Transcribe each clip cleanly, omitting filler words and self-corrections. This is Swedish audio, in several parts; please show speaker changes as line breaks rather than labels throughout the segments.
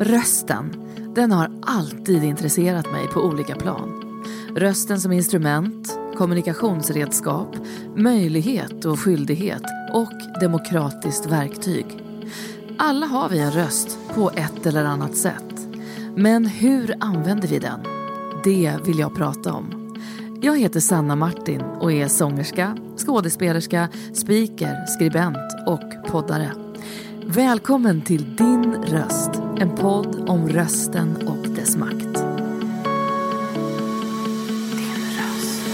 Rösten, den har alltid intresserat mig på olika plan. Rösten som instrument, kommunikationsredskap, möjlighet och skyldighet och demokratiskt verktyg. Alla har vi en röst på ett eller annat sätt. Men hur använder vi den? Det vill jag prata om. Jag heter Sanna Martin och är sångerska, skådespelerska, speaker, skribent och poddare. Välkommen till Din röst, en podd om rösten och dess makt. Din röst.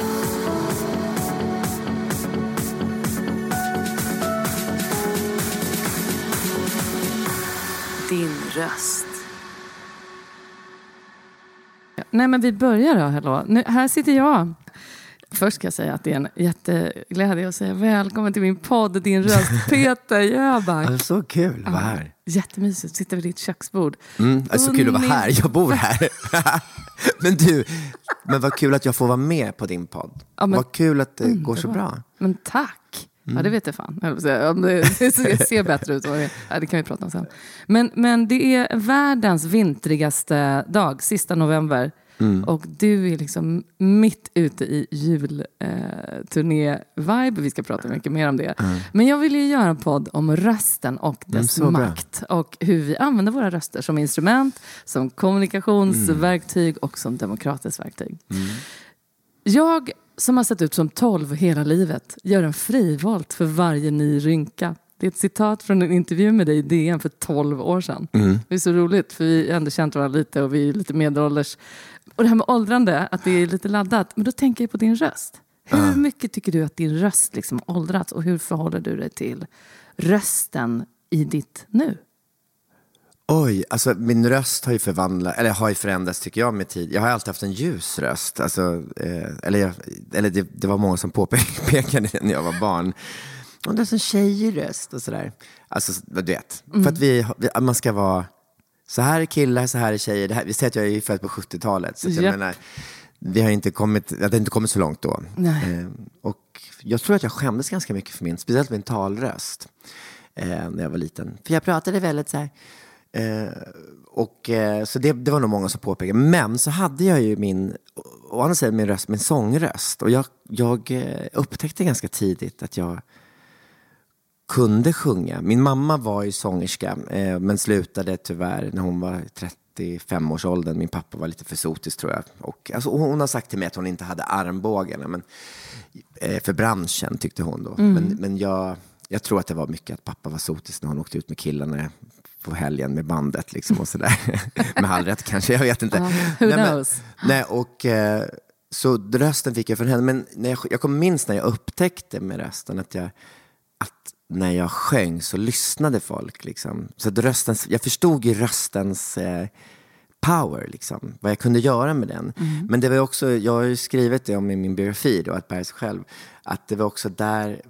Din röst.
Nej, men vi börjar då. Hallå. Nu, här sitter jag. Först ska jag säga att det är en jätteglädje att säga välkommen till min podd, Din röst, Peter Jöback.
Det är så kul att vara här.
Jättemysigt, sitter vid ditt köksbord.
Det är så kul att vara här, jag bor här. men vad kul att jag får vara med på din podd. Ja, vad kul att det går så bra.
Men tack. Ja, det vet jag fan. Om det ser bättre ut. Ja, det kan vi prata om sen. Men det är världens vintrigaste dag, sista november. Och du är liksom mitt ute i julturné-vibe. Vi ska prata mycket mer om det. Men jag vill ju göra en podd om rösten och dess makt. Och hur vi använder våra röster som instrument, som kommunikationsverktyg och som demokratiskt verktyg. Jag som har sett ut som 12 hela livet gör en frivolt för varje ny rynka. Det är ett citat från en intervju med dig i DN för 12 år sedan. Det är så roligt för vi har ändå känt varandra lite och vi är lite medelålders. Och det här med åldrande, att det är lite laddat. Men då tänker jag på din röst. Hur mycket tycker du att din röst liksom åldrats? Och hur förhåller du dig till rösten i ditt nu?
Oj, alltså min röst har ju förändrats tycker jag med tid. Jag har alltid haft en ljus röst. Alltså, det var många som påpekade det när jag var barn. Och det är en tjejröst och sådär. Alltså, du vet. För att man ska vara... Så här är killar, så här är tjejer. Vi säger att jag är född på 70-talet. Så jag menar, det har inte kommit så långt då. Och jag tror att jag skämdes ganska mycket för speciellt min talröst. När jag var liten. För jag pratade väldigt så här... så det var nog många som påpekade. Men så hade jag ju min röst, min sångröst. Och jag upptäckte ganska tidigt att jag kunde sjunga. Min mamma var ju sångerska, men slutade tyvärr när hon var 35 års åldern. Min pappa var lite för sotisk tror jag. Och, alltså, hon har sagt till mig att hon inte hade armbågarna, men för branschen tyckte hon då. Men jag tror att det var mycket att pappa var sotisk när hon åkte ut med killarna på helgen med bandet liksom och sådär. Med all rätt kanske, jag vet inte.
Who knows?
Så rösten fick jag från henne. Men jag kommer minst när jag upptäckte med rösten att när jag sjöng så lyssnade folk liksom. Så att jag förstod ju röstens power liksom, vad jag kunde göra med den. Men det var också, jag har ju skrivit det om i min biografi då, att bära sig själv, att det var också där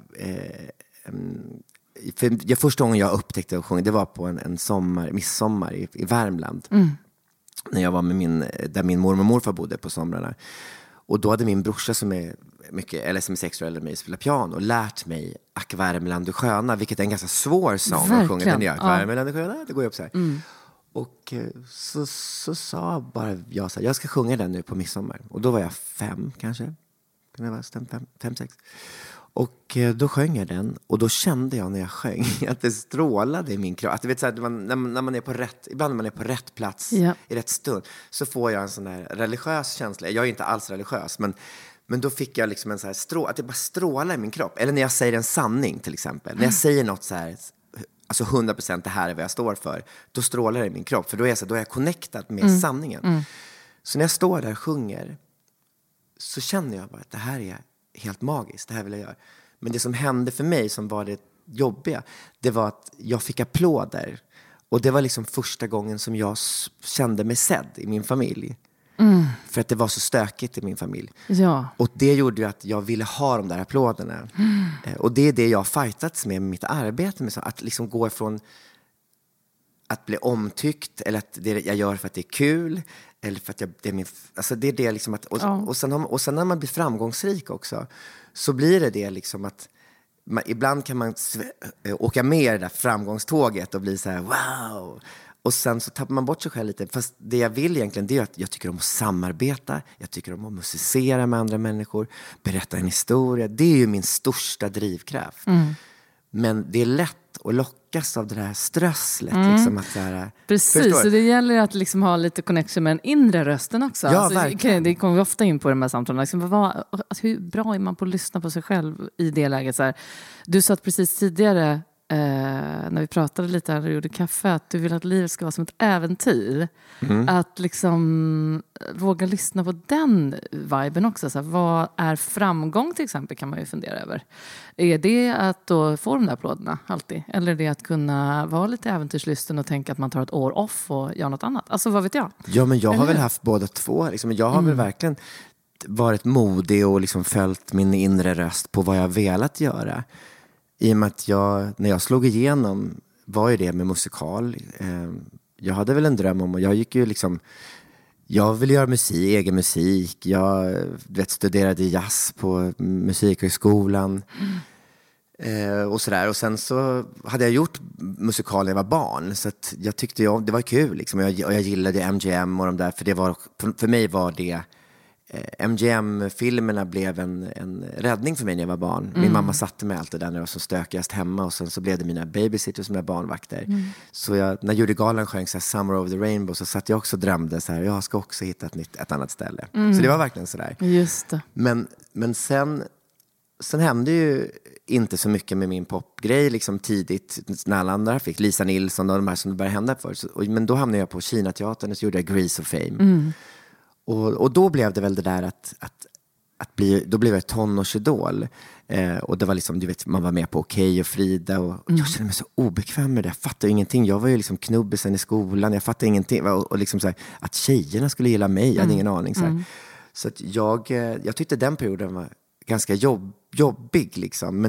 för första gången jag upptäckte att sjunga, det var på en midsommar i Värmland. När jag var där min mormor och morfar bodde på somrarna. Och då hade min brorsa som är 6 år äldre än mig spelat piano och lärt mig Ack Värmland du sköna, vilket är en ganska svår sång att sjunga. Den gör Värmland du sköna, det går ju upp så här. Och så sa bara jag så här, jag ska sjunga den nu på midsommar. Och då var jag 5 kanske. Kan det vara 5-6. Och då sjöng jag den. Och då kände jag när jag sjöng att det strålade i min kropp. Att du vet så här, när man är på ibland när man är på rätt plats i rätt stund, så får jag en sån här religiös känsla. Jag är inte alls religiös, men då fick jag liksom en så här att det bara strålar i min kropp. Eller när jag säger en sanning till exempel. När jag säger något så här, alltså 100% det här är vad jag står för, då strålar det i min kropp. För då är jag connectad med sanningen. Så när jag står där och sjunger så känner jag bara att det här är helt magiskt, det här vill jag göra. Men det som hände för mig som var det jobbiga, det var att jag fick applåder. Och det var liksom första gången som jag kände mig sedd i min familj. För att det var så stökigt i min familj. Och det gjorde ju att jag ville ha de där applåderna. Och det är det jag har fightats med mitt arbete med, att liksom gå ifrån att bli omtyckt, eller att det jag gör för att det är kul, eller för att det är min, alltså det är det liksom att, och sen när man blir framgångsrik också, så blir det liksom att ibland kan man åka med i det där framgångståget och bli så här wow. Och sen så tappar man bort sig själv lite. Fast det jag vill egentligen, det är att jag tycker om att samarbeta. Jag tycker om att musicera med andra människor. Berätta en historia. Det är ju min största drivkraft. Men det är lätt att lockas av det där strösslet. Liksom, att så här,
precis, så det gäller att liksom ha lite connection med den inre rösten också.
Ja,
alltså,
verkligen.
Det kommer vi ofta in på de här samtalen. Liksom, hur bra är man på att lyssna på sig själv i det läget? Så här, du sa att precis tidigare, när vi pratade lite här och gjorde kaffe, att du vill att livet ska vara som ett äventyr. Att liksom våga lyssna på den viben också. Så här, vad är framgång till exempel, kan man ju fundera över. Är det att då få de där applåderna alltid? Eller är det att kunna vara lite äventyrslysten och tänka att man tar ett år off och gör något annat? Alltså vad vet jag?
Ja, men jag har väl haft båda två. Liksom, jag har väl verkligen varit modig och liksom följt min inre röst på vad jag velat göra. I och med att när jag slog igenom var ju det med musikal. Jag hade väl en dröm om, och jag gick ju liksom, jag ville göra egen musik. Jag studerade jazz på musikhögskolan. Och sådär. Och sen så hade jag gjort musikal när jag var barn. Så att jag tyckte det var kul liksom. Och jag gillade MGM och de där. För mig var det MGM-filmerna blev en räddning för mig när jag var barn. Min mamma satte mig alltid där när jag var så stökigast hemma. Och sen så blev det mina babysitters, mina barnvakter. Så när Judy Garland sjöng så här, Summer Over the Rainbow, så satt jag också och drömde så här, jag ska också hitta ett annat ställe. Så det var verkligen sådär.
Just det.
Men sen hände ju inte så mycket med min popgrej liksom tidigt, när alla andra fick Lisa Nilsson och de här som det började hända för. Men då hamnade jag på Kinateatern och så gjorde jag Grease of Fame. Och då blev det väl det där då blev jag tonårsidol. Och det var liksom, du vet, man var med på Okej och Frida. Och jag kände mig så obekväm med det. Jag fattade ingenting. Jag var ju liksom knubbisen i skolan. Jag fattade ingenting. Och liksom så här, att tjejerna skulle gilla mig, jag hade ingen aning. Så att jag tyckte den perioden var ganska jobbig. Liksom.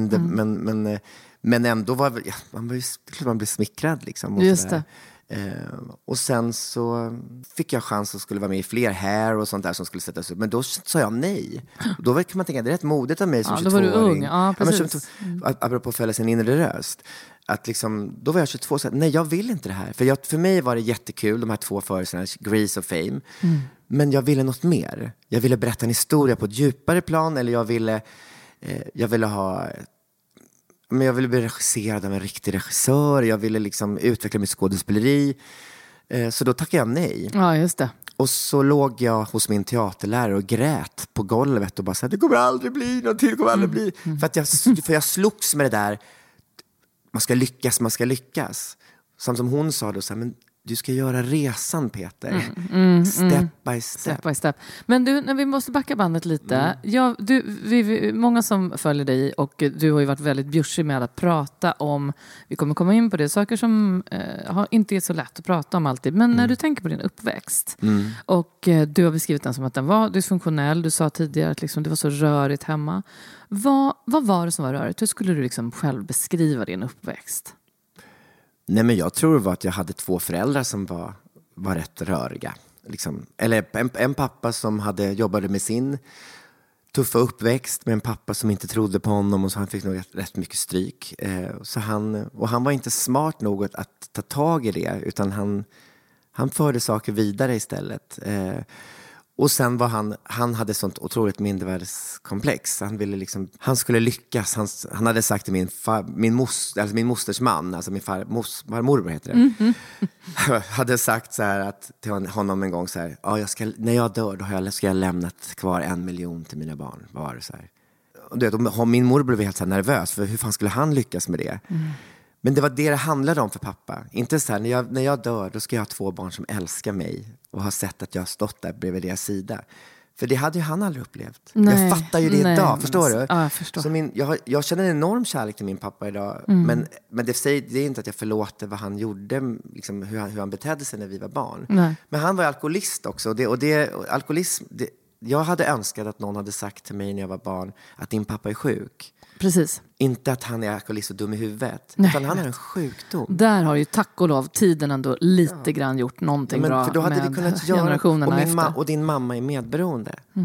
Men ändå var man blev smickrad. Liksom, och
just det.
Och sen så fick jag chans att skulle vara med i fler Hair och sånt där som skulle sättas upp. Men då sa jag nej. Och då kan man tänka, det är rätt modigt av mig som 22-åring.
Då var du ung, ja precis.
Apropå att följa sin inre röst. Att liksom, då var jag 22 och sa, nej jag vill inte det här. För mig var det jättekul, de här 2 föreställningarna, Grease of Fame. Men jag ville något mer. Jag ville berätta en historia på ett djupare plan. Eller jag ville ha... Men jag ville bli regisserad av en riktig regissör. Jag ville liksom utveckla mitt skådespeleri. Så då tackade jag nej.
Ja, just det.
Och så låg jag hos min teaterlärare och grät på golvet och bara sa, det kommer aldrig bli någonting, det kommer aldrig bli. För jag slogs med det där, man ska lyckas. Som hon sa då, så här, men du ska göra resan, Peter. Step by step.
Men du, när vi måste backa bandet lite. Många som följer dig, och du har ju varit väldigt bjussig med att prata om, vi kommer komma in på det, saker som inte är så lätt att prata om alltid. Men när du tänker på din uppväxt, och du har beskrivit den som att den var dysfunktionell. Du sa tidigare att liksom, det var så rörigt hemma. Vad var det som var rörigt? Hur skulle du liksom själv beskriva din uppväxt?
Nej, men jag tror det var att jag hade 2 föräldrar som var rätt röriga. Liksom. Eller en pappa som jobbade med sin tuffa uppväxt, med en pappa som inte trodde på honom, och så han fick nog rätt mycket stryk. Han var inte smart nog att ta tag i det, utan han förde saker vidare istället. Och sen var han hade sånt otroligt mindervärdeskomplex. Han skulle lyckas. Han hade sagt till min mosters man, alltså min farmor heter det. Hade sagt så här till honom en gång så här, när jag dör då ska jag lämnat kvar 1 miljon till mina barn. Var det så här. Och min mor blev helt så här nervös, för hur fan skulle han lyckas med det? Men det var det handlade om för pappa. Inte så här, när jag dör då ska jag ha 2 barn som älskar mig och har sett att jag har stått där bredvid deras sida. För det hade ju han aldrig upplevt. Jag fattar ju det idag, förstår du?
Ja, jag förstår.
Så jag känner en enorm kärlek till min pappa idag. Men det är inte att jag förlåter vad han gjorde, liksom, hur han betedde sig när vi var barn.
Nej.
Men han var alkoholist också. Alkoholism, jag hade önskat att någon hade sagt till mig när jag var barn att din pappa är sjuk.
Precis.
Inte att han är alkoholist och dum i huvudet.
Nej,
utan han har en sjukdom.
Där har ju tack och lov tiden ändå lite grann gjort någonting bra.
För då hade vi kunnat göra,
generationerna efter.
Och din mamma är medberoende.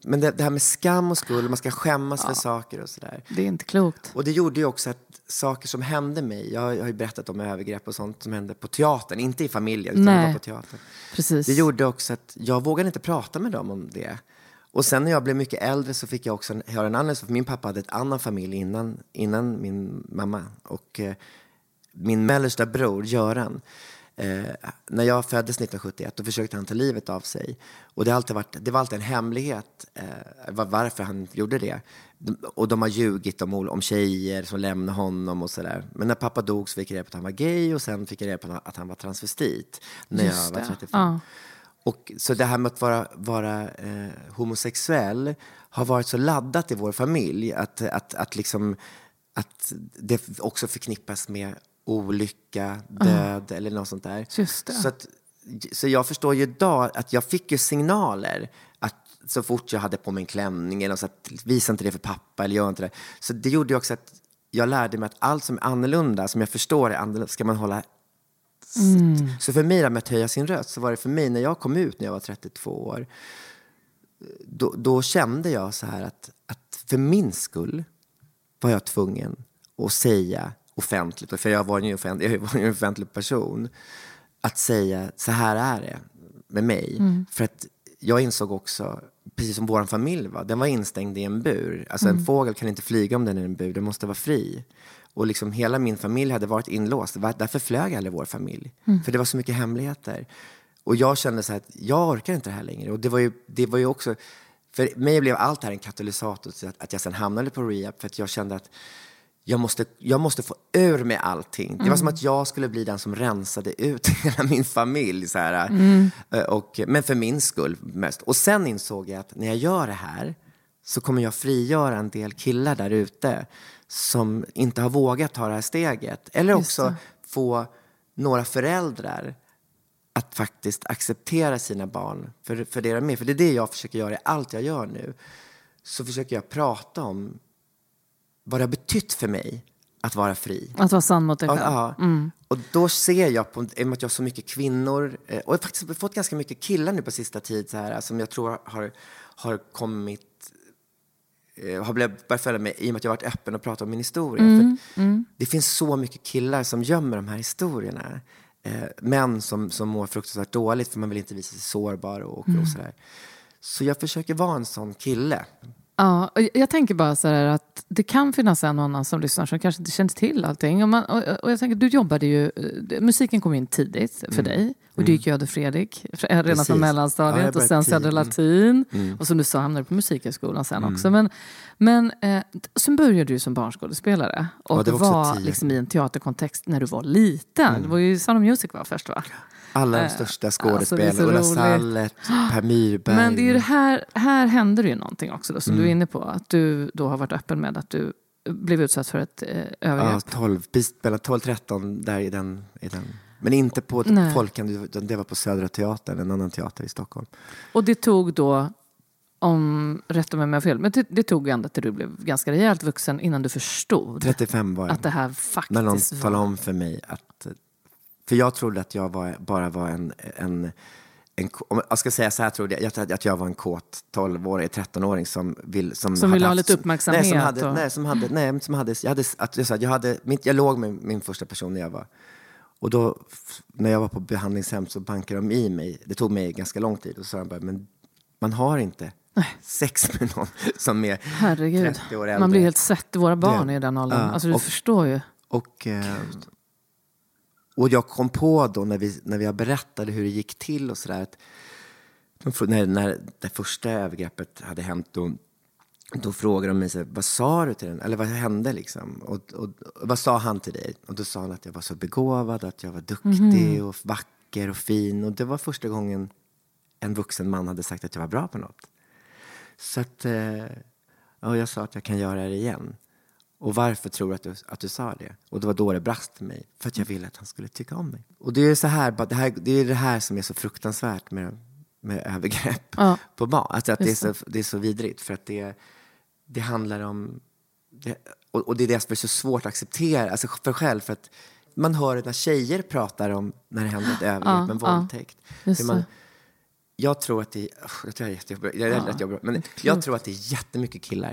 Men det här med skam och skuld, man ska skämmas för saker och sådär.
Det är inte klokt.
Och det gjorde ju också att saker som hände mig, jag har ju berättat om övergrepp och sånt som hände på teatern, inte i familjen utan det var på teatern.
Precis.
Det gjorde också att jag vågade inte prata med dem om det. Och sen när jag blev mycket äldre så fick jag också höra en annan, för min pappa hade ett annan familj innan min mamma. Och min mellersta bror, Göran, när jag föddes 1971 då försökte han ta livet av sig. Och det var alltid en hemlighet varför han gjorde det. Och de har ljugit om tjejer som lämnade honom och sådär. Men när pappa dog så fick jag reda på att han var gay, och sen fick jag reda på att han var transvestit när jag var 35. Ja. Och så det här med att vara homosexuell har varit så laddat i vår familj att det också förknippas med olycka, död eller något sånt där.
Just det.
Så jag förstår ju idag att jag fick ju signaler att så fort jag hade på mig en klänning eller så att visa inte det för pappa eller gör inte det. Så det gjorde ju också att jag lärde mig att allt som är annorlunda, som jag förstår är annorlunda, ska man hålla. Så för mig med att höja sin röst, så var det för mig när jag kom ut när jag var 32 år, då kände jag så här att för min skull var jag tvungen att säga offentligt, för jag var ju en offentlig person, att säga så här är det med mig. För att jag insåg också, precis som vår familj den var instängd i en bur. Alltså en fågel kan inte flyga om den är i en bur, den måste vara fri. Och liksom hela min familj hade varit inlåst. Därför flög alla vår familj. För det var så mycket hemligheter. Och jag kände så här att jag orkar inte det här längre. Och det var ju också, för mig blev allt det här en katalysator till att jag sen hamnade på rehab. För att jag kände att jag måste få ur med allting. Det var som att jag skulle bli den som rensade ut hela min familj. Så här. Men för min skull mest. Och sen insåg jag att när jag gör det här så kommer jag frigöra en del killar där ute som inte har vågat ta det här steget. Eller också få några föräldrar att faktiskt acceptera sina barn för det de är med. För det är det jag försöker göra i allt jag gör nu. Så försöker jag prata om vad det har betytt för mig att vara fri.
Att vara sann mot dig själv.
Ja. Och då ser jag på, i och med att jag har så mycket kvinnor, och jag har faktiskt fått ganska mycket killar nu på sista tid så här, som jag tror har kommit, har börjat följa mig i och med att jag har varit öppen och pratat om min historia. För det finns så mycket killar som gömmer de här historierna. Män som mår fruktansvärt dåligt för man vill inte visa sig sårbar och sådär. Så jag försöker vara en sån kille.
Ja, jag tänker bara så här att det kan finnas en och annan som lyssnar som kanske inte känner till allting. Och jag tänker, du jobbade ju, musiken kom in tidigt för dig. Och du gick ju Öde Fredrik redan från mellanstadiet. Och sen Södra Latin. Och som du sa, hamnade på musikhögskolan sen också. Men sen började du som barnskådespelare. Och det var liksom i en teaterkontext när du var liten. Det var ju Sound of Music var först, va?
Alla de största skådespelare, Ulla Sallet, Per Myrberg.
Men det är ju det här händer ju någonting också då, som du är inne på. Att du då har varit öppen med att du blev utsatt för ett övergrepp.
Ja, 12-13 där i den. Men inte på Folkan, det var på Södra Teatern, en annan teater i Stockholm.
Och det tog då, om rätta mig om jag har fel, men det tog ändå till du blev ganska rejält vuxen innan du förstod
35 var
att det här faktiskt
när någon talade om för mig att, för jag trodde att jag bara var en jag ska säga så här, trodde jag att jag var en kåt 12-årig 13-åring som ville ha lite uppmärksamhet. Jag låg med min första person när jag var. Och då när jag var på behandlingshem så bankade de i mig. Det tog mig ganska lång tid och så sa de bara, men man har inte sex med någon som är 30 år äldre.
Man blir helt sett i våra barn i den åldern. Alltså du förstår ju.
Och jag kom på då när vi berättade hur det gick till och sådär, att när det första övergreppet hade hänt då frågade de mig så här, vad sa du till den? Eller vad hände liksom? Och vad sa han till dig? Och då sa han att jag var så begåvad, att jag var duktig och vacker och fin. Och det var första gången en vuxen man hade sagt att jag var bra på något. Så att jag sa att jag kan göra det igen. Och varför tror du att du sa det? Och det var då det brast för mig. För att jag ville att han skulle tycka om mig. Och det är så här, det är det här som är så fruktansvärt med övergrepp på barn. Alltså att det är så vidrigt. För att det handlar om... Och det är det som är så svårt att acceptera. Alltså för själv. För att man hör när tjejer pratar om när det händer ett övergrepp, en våldtäkt. Jag tror att det är jättejobbigt. Jag är rätt jobbigt. Men jag tror att det är jättemycket killar.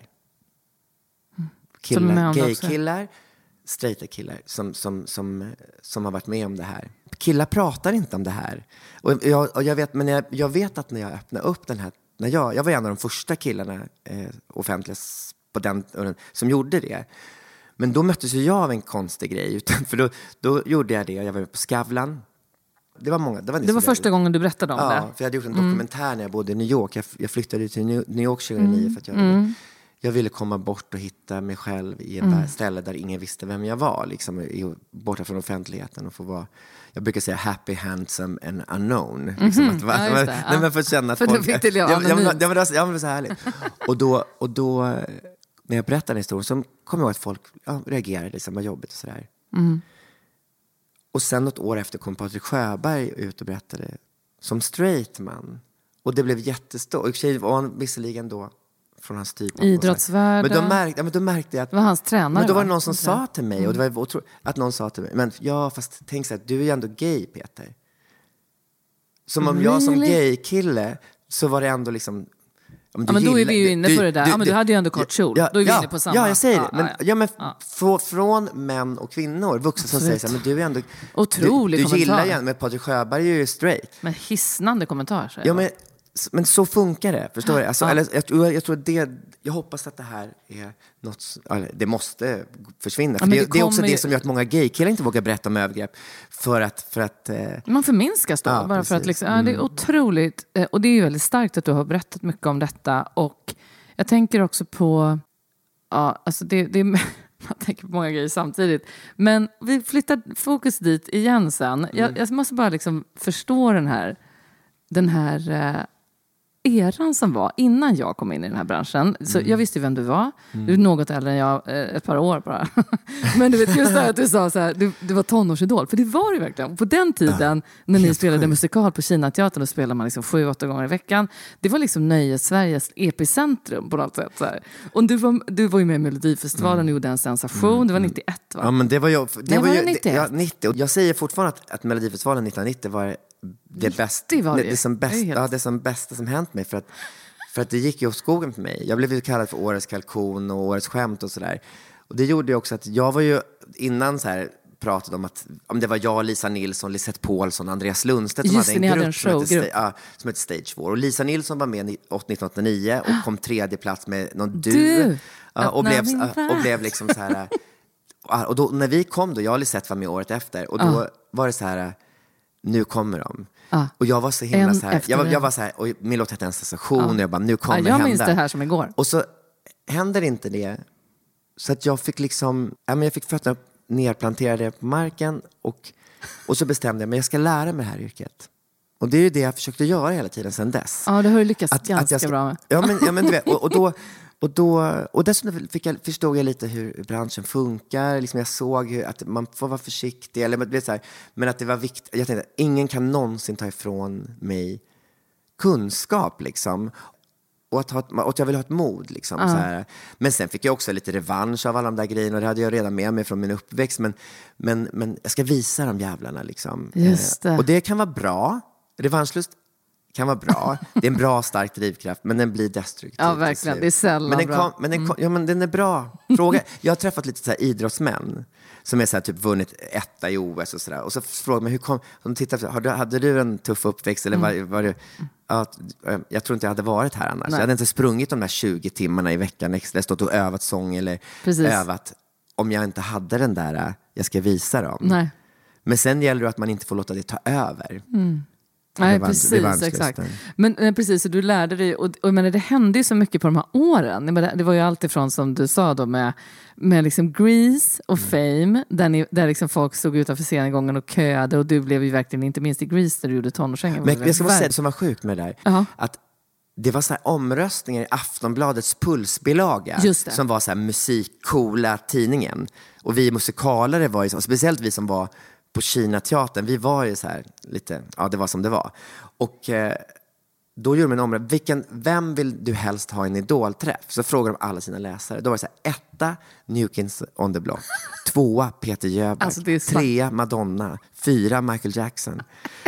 Gay-killar, straighta killar som har varit med om det här. Killar pratar inte om det här. Och jag vet att när jag öppnade upp den här, jag var en av de första killarna offentliga på den som gjorde det. Men då möttes jag av en konstig grej. För då gjorde jag det. Jag var med på Skavlan. Det var första gången du berättade om det. Ja, för jag hade gjort en dokumentär när jag bodde i New York. Jag flyttade till New York 2009 för att jag ville komma bort och hitta mig själv i ett ställe där ingen visste vem jag var. Liksom, borta från offentligheten och få vara, jag brukar säga happy, handsome and unknown. Liksom, men för att känna att
för folk... För
det var så härligt. och då när jag berättade den historien så kom jag ihåg att folk reagerade liksom, vad jobbigt och sådär. Och sen något år efter kom Patrik Sjöberg ut och berättade som straight man. Och det blev jättestort. Och tjej var han visserligen då från hans typ.
Idrottsvärlden.
Men då märkte jag att...
Det var hans tränare.
Men då var det någon som sa till mig. Och det var att någon sa till mig. Men fast tänk så här, du är ju ändå gay, Peter. Som om jag som gay-kille så var det ändå liksom...
Men då är vi ju inne på det där. Men du hade ju ändå kort kjol. Då är vi inne på samma.
Ja, jag säger det. Från män och kvinnor, vuxna som säger så här, men du är ändå...
Otrolig kommentar.
Du gillar ju, men Patrik Sjöberg är ju straight.
Men hisnande kommentar.
Ja, men så funkar det, förstår du? Alltså, jag tror det... Jag hoppas att det här är något... Det måste försvinna. För det är också det som gör att många gaykillar inte vågar berätta om övergrepp. För att
man förminskas då. Bara precis. För att liksom, det är otroligt... Och det är ju väldigt starkt att du har berättat mycket om detta. Och jag tänker också på... Ja, alltså det man tänker på många grejer samtidigt. Men vi flyttar fokus dit igen sen. Jag måste bara liksom förstå den här eran som var innan jag kom in i den här branschen. Så jag visste ju vem du var. Du är något äldre än jag, ett par år bara. Men du vet just det att du sa så här, du var tonårsidol. För det var det verkligen. På den tiden när ni spelade musikal på Kinateatern, då spelade man liksom 7-8 gånger i veckan. Det var liksom Sveriges epicentrum på något sätt. Så här. Och du var ju med i Melodifestivalen och gjorde en sensation. Det var 91 va?
Ja, men det var ju...
Det var ju 91.
90. Och jag säger fortfarande att Melodifestivalen 1990 var... Det som bästa som hänt mig för att det gick ju åt skogen för mig. Jag blev ju kallad för årets kalkon och årets skämt och sådär. Och det gjorde ju också att jag var ju innan så här pratade om det var jag, Lisa Nilsson, Lisette Paulsson, Andreas Lundstedt som hade en grupp som hette Stage 4. Och Lisa Nilsson var med 1989 och kom 3:e plats med någon och blev liksom så här. Och då när vi kom då, jag och Lisette var med året efter och då var det så här. Nu kommer de. Och jag var så himla så här. Jag var så här, och min låt hette en sensation och jag bara, nu kommer det hända.
Jag minns det här som igår.
Och så händer inte det. Så att jag fick liksom, jag fick fötterna nerplanterade på marken och så bestämde jag, men jag ska lära mig det här yrket. Och det är ju det jag försökte göra hela tiden sedan dess.
Ja, det har du lyckats ganska bra med.
Ja, men du vet, och dessutom förstod jag lite hur branschen funkar. Liksom jag såg att man får vara försiktig. Eller, det så här, men att det var viktigt. Jag tänkte att ingen kan någonsin ta ifrån mig kunskap. Liksom. Och att jag vill ha ett mod. Liksom, så här. Men sen fick jag också lite revansch av alla de där grejerna. Och det hade jag redan med mig från min uppväxt. Men jag ska visa de jävlarna. Liksom.
Just det.
Och det kan vara bra. Revanschlust kan vara bra. Det är en bra stark drivkraft, men den blir destruktiv.
Ja, verkligen. Det är sällan bra.
Men den är bra. Fråga. Jag har träffat lite så här idrottsmän som är så här, typ vunnit 1 i OS och sådär. Och så frågar man, hur kom de tittar, hade du en tuff uppväxt eller var du jag tror inte jag hade varit här annars. Nej. Jag hade inte sprungit de där 20 timmarna i veckan extra, stått och övat sång eller övat om jag inte hade den där jag ska visa dem.
Nej.
Men sen gäller det att man inte får låta det ta över.
Nej, precis, exakt. Men precis, så du lärde dig, och jag menar, det hände ju så mycket på de här åren. Det var ju allt ifrån, som du sa då, med liksom Grease och Fame, där liksom folk stod utanför scenen gången och köade, och du blev ju verkligen, inte minst i Grease där du gjorde tonårsängen.
Men jag ska bara säga det som var sjukt med det där, att det var så här omröstningar i Aftonbladets pulsbilaga som var så här musikcoola tidningen. Och vi musikalare var ju så, speciellt vi som var på Kinateatern, vi var ju så här lite, det var som det var. Och då gjorde man en omröstning, vem vill du helst ha en idolträff? Så frågade de alla sina läsare. Då var det så här, 1 New Kids on the Block, 2 Peter Jöback, 3 Madonna, 4 Michael Jackson.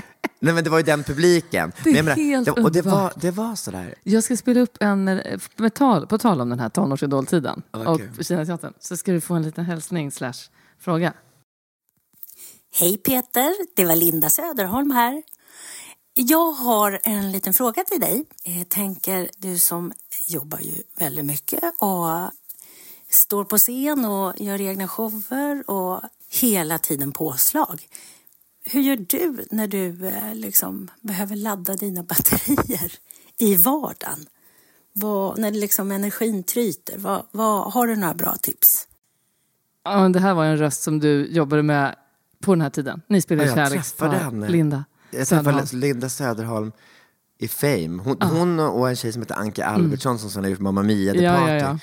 Nej, men det var ju den publiken.
Det är
men jag
helt
och
underbart.
det var sådär.
Jag ska spela upp på tal om den här tonårsidoltiden och Kinateatern, så ska du få en liten hälsning / fråga.
Hej Peter, det var Linda Söderholm här. Jag har en liten fråga till dig. Jag tänker, du som jobbar ju väldigt mycket och står på scen och gör egna shower och hela tiden påslag. Hur gör du när du liksom behöver ladda dina batterier i vardagen? När liksom energin tryter, har du några bra tips?
Ja, det här var en röst som du jobbade med på den här tiden. Ni spelade kärlekspar, Linda.
Jag träffade Linda Söderholm i Fame. Hon och en tjej som heter Anke Albertsson som har gjort Mamma Mia The Party.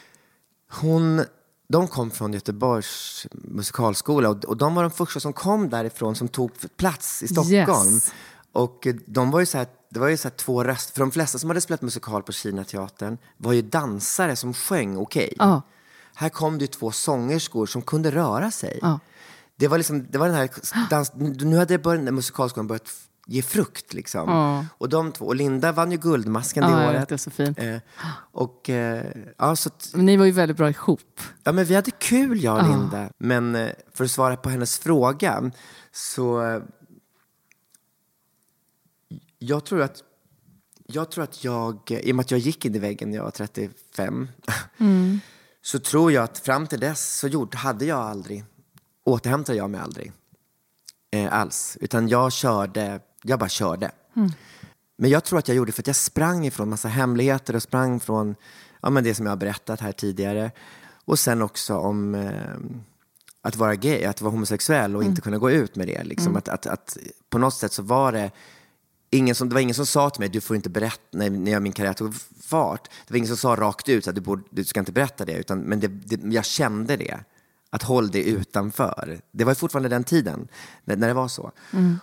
De kom från Göteborgs musikalskola och de var de första som kom därifrån som tog plats i Stockholm.
Yes.
Och de var ju så här, det var ju så här 2 röster. För de flesta som hade spelat musikal på Kinateatern var ju dansare som sjöng okej. Här kom det ju 2 sångerskor som kunde röra sig. Det var den här nu hade musikalskolan börjat ge frukt liksom. Och de 2, och Linda vann ju Guldmasken det året.
Det är så fint.
Så
men ni var ju väldigt bra ihop.
Ja, men vi hade kul, jag och Linda. Men för att svara på hennes fråga, så jag tror att jag, i och med att jag gick in i väggen när jag var 35, så tror jag att fram till dess så återhämtade jag mig aldrig alls. Utan jag bara körde. Men jag tror att jag gjorde för att jag sprang ifrån massa hemligheter och sprang från det som jag har berättat här tidigare. Och sen också om att vara gay, att vara homosexuell och inte kunna gå ut med det. Liksom. Att på något sätt så var det det var ingen som sa till mig, du får inte berätta, när min karriär tog fart. Det var ingen som sa rakt ut att du ska inte berätta det. Men jag kände det. Att håll det utanför. Det var fortfarande den tiden när det var så.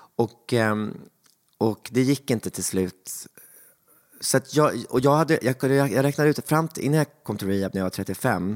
Och det gick inte till slut. Så att jag räknade ut fram till innan jag kom till rehab när jag var 35.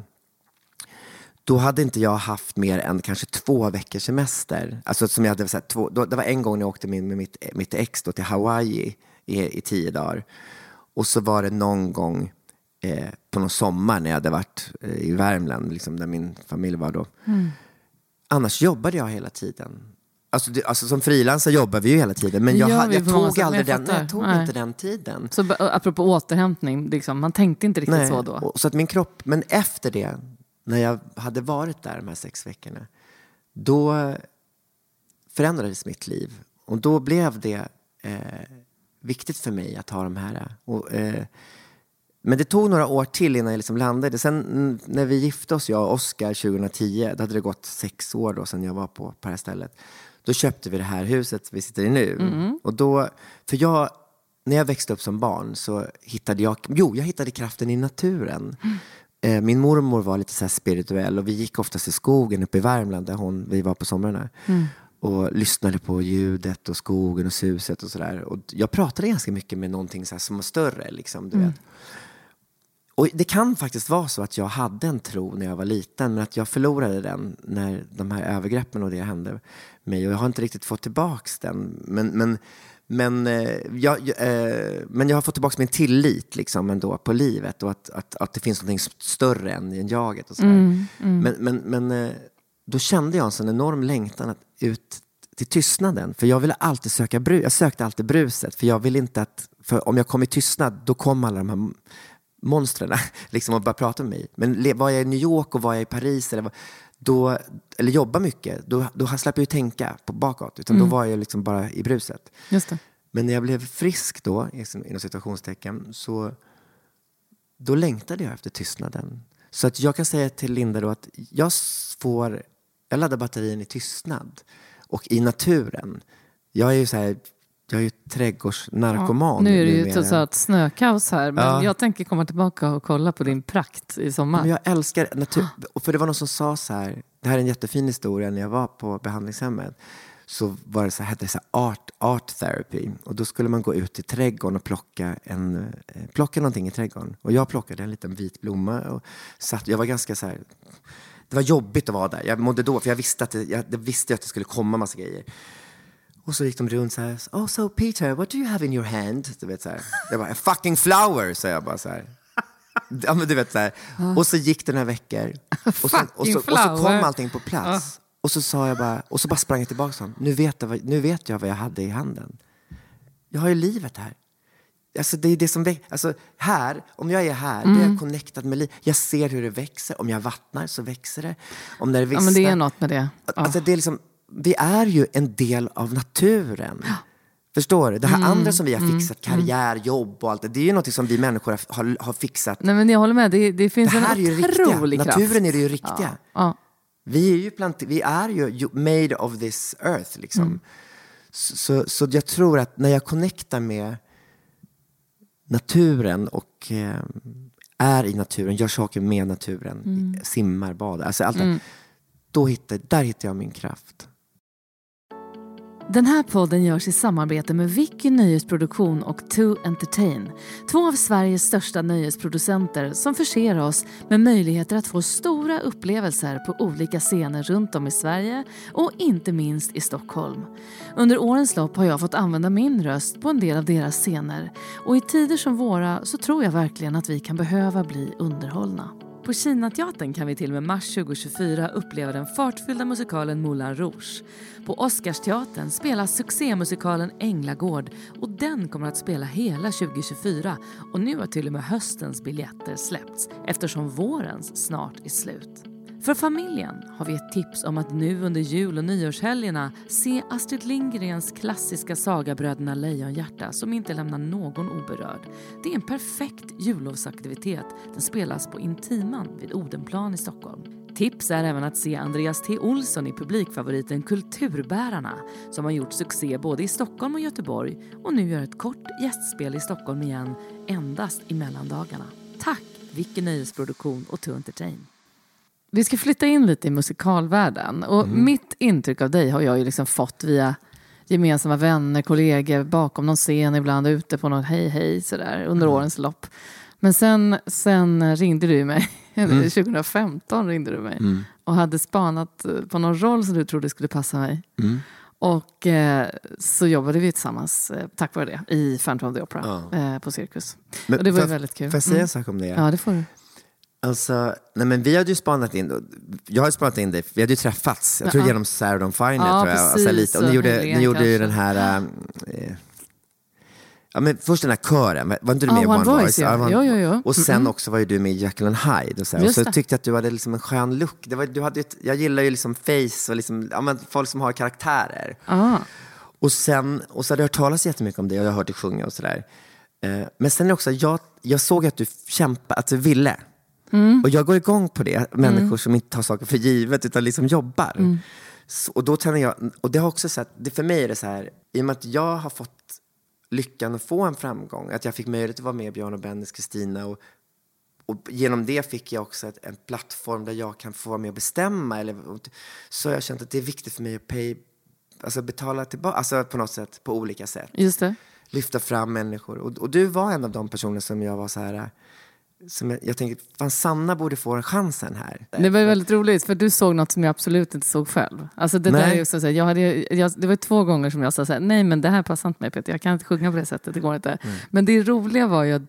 Då hade inte jag haft mer än kanske 2 veckors semester. Alltså som jag hade sagt, det var en gång när jag åkte med mitt ex då till Hawaii i 10 dagar. Och så var det någon gång på någon sommar när jag hade varit i Värmland, liksom, där min familj var då. Annars jobbade jag hela tiden. Alltså som frilansare jobbar vi ju hela tiden. Men jag tog aldrig inte den tiden.
Så apropå återhämtning, liksom, man tänkte inte riktigt så då.
Så att min kropp, men efter det, när jag hade varit där de här 6 veckorna, då förändrades mitt liv. Och då blev det viktigt för mig att ha de här. Men det tog några år till innan jag liksom landade. Sen när vi gifte oss, jag och Oscar 2010, då hade det gått 6 år då sedan jag var på det här stället. Då köpte vi det här huset vi sitter i nu. Och då, när jag växte upp som barn så hittade jag hittade kraften i naturen. Min mormor var lite så här spirituell och vi gick oftast i skogen uppe i Värmland där vi var på somrarna. Och lyssnade på ljudet och skogen och suset och sådär. Och jag pratade ganska mycket med någonting så här som var större liksom, du vet. Och det kan faktiskt vara så att jag hade en tro när jag var liten, men att jag förlorade den när de här övergreppen och det hände mig. Och jag har inte riktigt fått tillbaks den. Men jag har fått tillbaka min tillit liksom ändå på livet och att det finns något större än jaget och sådär. Men då kände jag en sån enorm längtan ut till tystnaden. För jag ville alltid jag sökte alltid bruset. För jag ville inte för om jag kom i tystnad, då kom alla de här monstren liksom och började prata med mig. Men var jag i New York och var jag i Paris eller jobba mycket, då slapp jag ju tänka bakåt. Utan då var jag liksom bara i bruset.
Just det.
Men när jag blev frisk då, inom situationstecken, så då längtade jag efter tystnaden. Så att jag kan säga till Linda då att jag laddar batterien i tystnad och i naturen. Jag är ju trädgårdsnarkoman.
Nu är det ju så att snökaos här. Men jag tänker komma tillbaka och kolla på din prakt i sommar.
Men jag älskar natur. För det var någon som sa så här. Det här är en jättefin historia. När jag var på behandlingshemmet så var det hette det så här art therapy. Och då skulle man gå ut i trädgården och plocka någonting i trädgården. Och jag plockade en liten vit blomma. Och jag var ganska så här. Det var jobbigt att vara där. Jag mådde då, för jag visste att det skulle komma massa grejer. Och så gick de runt så här. Oh, so Peter, what do you have in your hand? Du vet så här. Det var a fucking flower, sa jag bara så här. Ja, men du vet så här. Och så gick det några veckor. Och så kom allting på plats. Och så sa jag bara, och så bara sprang jag tillbaka. Nu vet jag vad jag hade i handen. Jag har ju livet här. Alltså det är det som alltså här, om jag är här, då är jag connectad med liv. Jag ser hur det växer. Om jag vattnar så växer det. Om det vissnar,
men det är något med det.
Alltså det är liksom, vi är ju en del av naturen. Förstår du? Det här andra som vi har fixat, karriär, jobb och allt det är ju något som vi människor har fixat.
Nej, men jag håller med, det finns
det här
en
är ju
otrolig kraft.
Naturen är det ju riktiga.
Ja.
Vi är ju made of this earth liksom. Så jag tror att när jag connectar med naturen och är i naturen, gör saker med naturen, simmar, badar, alltså allt det, där hittar jag min kraft.
Den här podden görs i samarbete med Vicky Nöjesproduktion och To Entertain. 2 av Sveriges största nöjesproducenter som förser oss med möjligheter att få stora upplevelser på olika scener runt om i Sverige och inte minst i Stockholm. Under årens lopp har jag fått använda min röst på en del av deras scener. Och i tider som våra så tror jag verkligen att vi kan behöva bli underhållna. På Kinateatern kan vi till och med mars 2024 uppleva den fartfyllda musikalen Moulin Rouge. På Oscarsteatern spelas succémusikalen Änglagård och den kommer att spela hela 2024. Och nu har till och med höstens biljetter släppts eftersom vårens snart är slut. För familjen har vi ett tips om att nu under jul- och nyårshelgerna se Astrid Lindgrens klassiska saga Bröderna Lejonhjärta som inte lämnar någon oberörd. Det är en perfekt jullovsaktivitet. Den spelas på Intiman vid Odenplan i Stockholm. Tips är även att se Andreas T. Olsson i publikfavoriten Kulturbärarna som har gjort succé både i Stockholm och Göteborg och nu gör ett kort gästspel i Stockholm igen endast i mellandagarna. Tack Vicky Nöjesproduktion och To Entertain. Vi ska flytta in lite i musikalvärlden. Och mitt intryck av dig har jag ju liksom fått via gemensamma vänner, kollegor bakom någon scen ibland ute på något hej sådär under årens lopp. Men sen ringde du mig, 2015 ringde du mig och hade spanat på någon roll som du trodde skulle passa mig. Och så jobbade vi tillsammans, tack vare det, i Phantom of the Opera på Cirkus. Och det var ju väldigt kul.
Får jag säga en sak om det?
Ja, det får du.
Alltså, nej men vi hade ju spanat in. Jag hade spanat in dig. Vi hade ju träffats. Jag tror genom Sarah Dawn Finer tror jag.
Precis,
alltså, lite. Och ni gjorde ju den här ja men först den här kören. Var inte du med i One Voice?
Ja.
Och sen också var ju du med i Jekyll and Hyde och så tyckte jag att du hade liksom en skön look. Jag gillar ju liksom face och liksom folk som har karaktärer. Och så hade jag hört talas jättemycket om det och jag har hört dig sjunga och sådär. Men sen också jag såg att du kämpade, att du ville. Och jag går igång på det. Människor som inte tar saker för givet utan liksom jobbar. Så, och då känner jag, och det har också så att för mig är det så här, i och med att jag har fått lyckan att få en framgång, att jag fick möjlighet att vara med Björn och Bennys Kristina och genom det fick jag också en plattform där jag kan få vara med och bestämma så har jag känt att det är viktigt för mig att betala tillbaka, alltså på något sätt, på olika sätt.
Just det.
Lyfta fram människor. Och du var en av de personer som jag var så här, som jag tänkte, fan Sanna borde få chansen här.
Det var ju väldigt roligt, för du såg något som jag absolut inte såg själv. Alltså det där är också så här, det var 2 gånger som jag sa så här, nej men det här passar inte mig Peter, jag kan inte sjunga på det sättet, det går inte. Men det roliga var ju att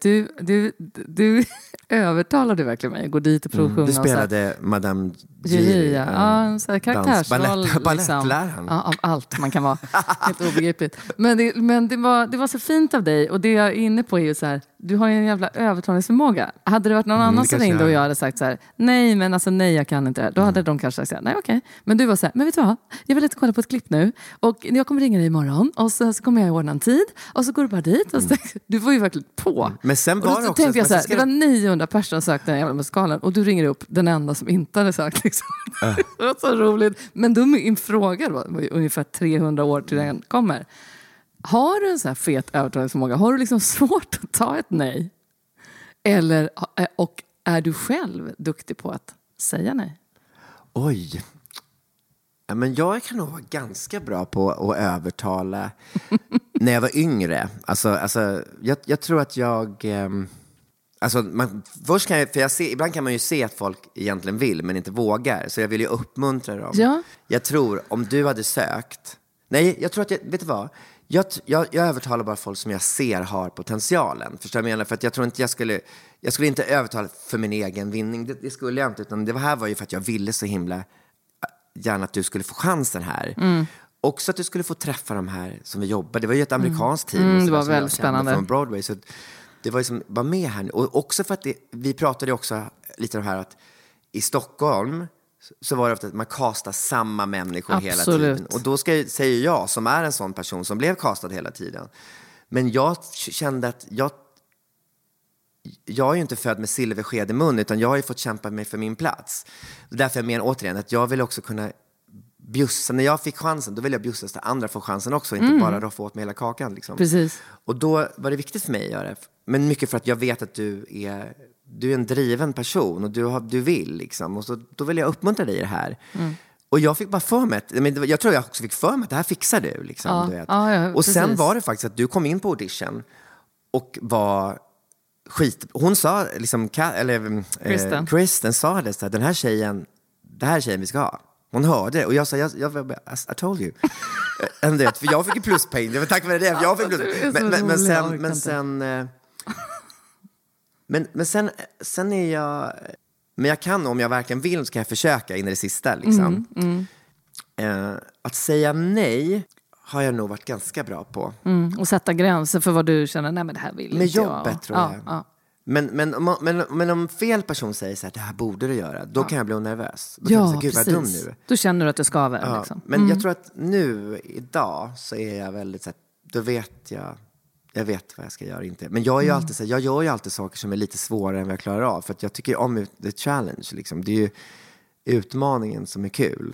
du övertalade verkligen mig att gå dit och provsjunga.
Du spelade Madame
Julie, ja, så här karaktärsroll.
Balettläraren.
Ja, av allt man kan vara. Helt obegripligt. Men det var så fint av dig, och det jag är inne på är ju så här, du har ju en jävla övertalningsförmåga. Hade det varit någon annan som ringde och jag hade sagt så här, nej, jag kan inte det här. Då hade de kanske sagt så här, nej okej. Men du var så här, men vet du vad? Jag vill inte kolla på ett klipp nu. Och jag kommer ringa dig imorgon. Och så kommer jag ordna en tid. Och så går du bara dit. Och så, du var ju verkligen på.
Men sen var det också...
tänkte jag så här, det var 900 personer som sökte den jävla musikalen. Och du ringer upp den enda som inte hade sökt. Liksom. Det var så roligt. Men då min fråga var ju ungefär 300 år till den kommer. Har du en sån här fet övertalningsförmåga? Har du liksom svårt att ta ett nej? Eller, och är du själv duktig på att säga nej?
Oj. Ja, men jag kan nog vara ganska bra på att övertala när jag var yngre. Alltså, jag tror att jag... först kan ibland kan man ju se att folk egentligen vill men inte vågar. Så jag vill ju uppmuntra dem.
Ja.
Jag tror, om du hade sökt Nej, jag tror att vet du vad? Jag övertalar bara folk som jag ser har potentialen. Förstår du vad jag menar? För att jag tror inte jag skulle inte övertala för min egen vinning. Det skulle jag inte. Utan det här var ju för att jag ville så himla gärna att du skulle få chansen här. Också att du skulle få träffa de här som vi jobbar. Det var ju ett amerikanskt team.
Det var väldigt spännande.
Från Broadway. Så det var ju som var med här. Och också för att vi pratade också lite om det här att i Stockholm så var det ofta att man kastar samma människor hela tiden. Och då säger jag, som är en sån person som blev kastad hela tiden. Men jag kände att jag är ju inte född med silversked i mun, utan jag har ju fått kämpa mig för min plats. Därför jag menar återigen att jag vill också kunna bjussa. När jag fick chansen, då vill jag bjussa så att andra får chansen också. Inte bara roffa åt mig hela kakan. Liksom.
Precis.
Och då var det viktigt för mig att göra det. Men mycket för att jag vet att du är en driven person och du vill liksom. Och så, då vill jag uppmuntra dig i det här. Och jag fick bara för mig jag tror jag också fick för mig att det här fixar du liksom, du vet.
Ja,
och sen var det faktiskt att du kom in på audition och var hon sa liksom Kristen sa det så här, det här tjejen vi ska ha. Hon hörde och jag sa I told you. För jag fick ju pluspoäng. Det var tack vare det. Jag fick Men sen är jag... Men jag kan, om jag verkligen vill, så kan jag försöka in i det sista. Liksom. Att säga nej har jag nog varit ganska bra på.
Och sätta gränser för vad du känner, nej men det här vill
med
inte jag.
Med jobbet tror jag. Ja. Men om fel person säger så här, det här borde du göra, då kan jag bli nervös. Då kan jag säga, gud vad dum nu.
Då känner du att du skaver. Liksom.
Men jag tror att idag så är jag väldigt så här, då vet jag vet vad jag ska göra inte. Men jag är ju alltid så här, jag gör ju alltid saker som är lite svårare än vad jag klarar av. För att jag tycker om the challenge liksom. Det är ju utmaningen som är kul.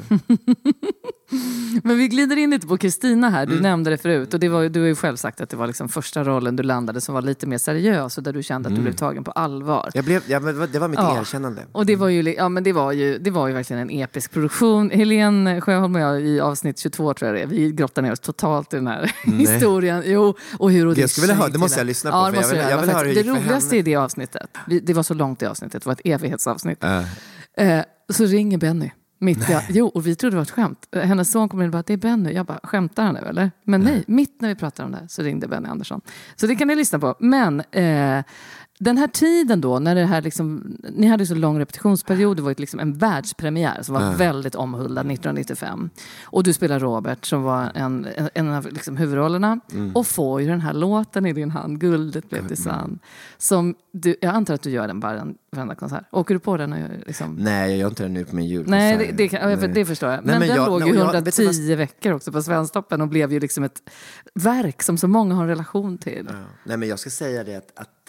Men vi glider in lite på Kristina här. Du nämnde det förut. Och du har ju själv sagt att det var liksom första rollen du landade som var lite mer seriös. Och där du kände att du blev tagen på allvar.
Det var mitt erkännande.
Och det var ju, men det var ju verkligen en episk produktion. Helene Sjöholm och jag i avsnitt 22 tror jag det är. Vi grottar ner oss totalt i den här historien. Jo, och hur
jag skulle vilja höra, det måste jag lyssna på.
Ja, jag vill höra det roligaste i det avsnittet. Det var så långt i avsnittet. Det var ett evighetsavsnitt. Så ringer Benny. Och vi trodde det var ett skämt. Hennes son kommer in och bara, det är Benny. Jag bara, skämtar han nu eller? Men nej, mitt när vi pratar om det här så ringde Benny Andersson. Så det kan ni lyssna på. Men den här tiden då, när det här liksom, ni hade så lång repetitionsperiod, det var liksom en världspremiär som var väldigt omhuldad 1995. Och du spelar Robert som var en av liksom huvudrollerna. Och får ju den här låten i din hand, Guldet blev det sann. Som jag antar att du gör den bara varenda konsert. Åker du på den? Liksom?
Nej, jag gör inte den nu på min julkonsert.
Nej, det förstår jag. Men den låg ju 110 veckor också på Svensktoppen och blev ju liksom ett verk som så många har en relation till.
Ja. Nej, men jag ska säga det att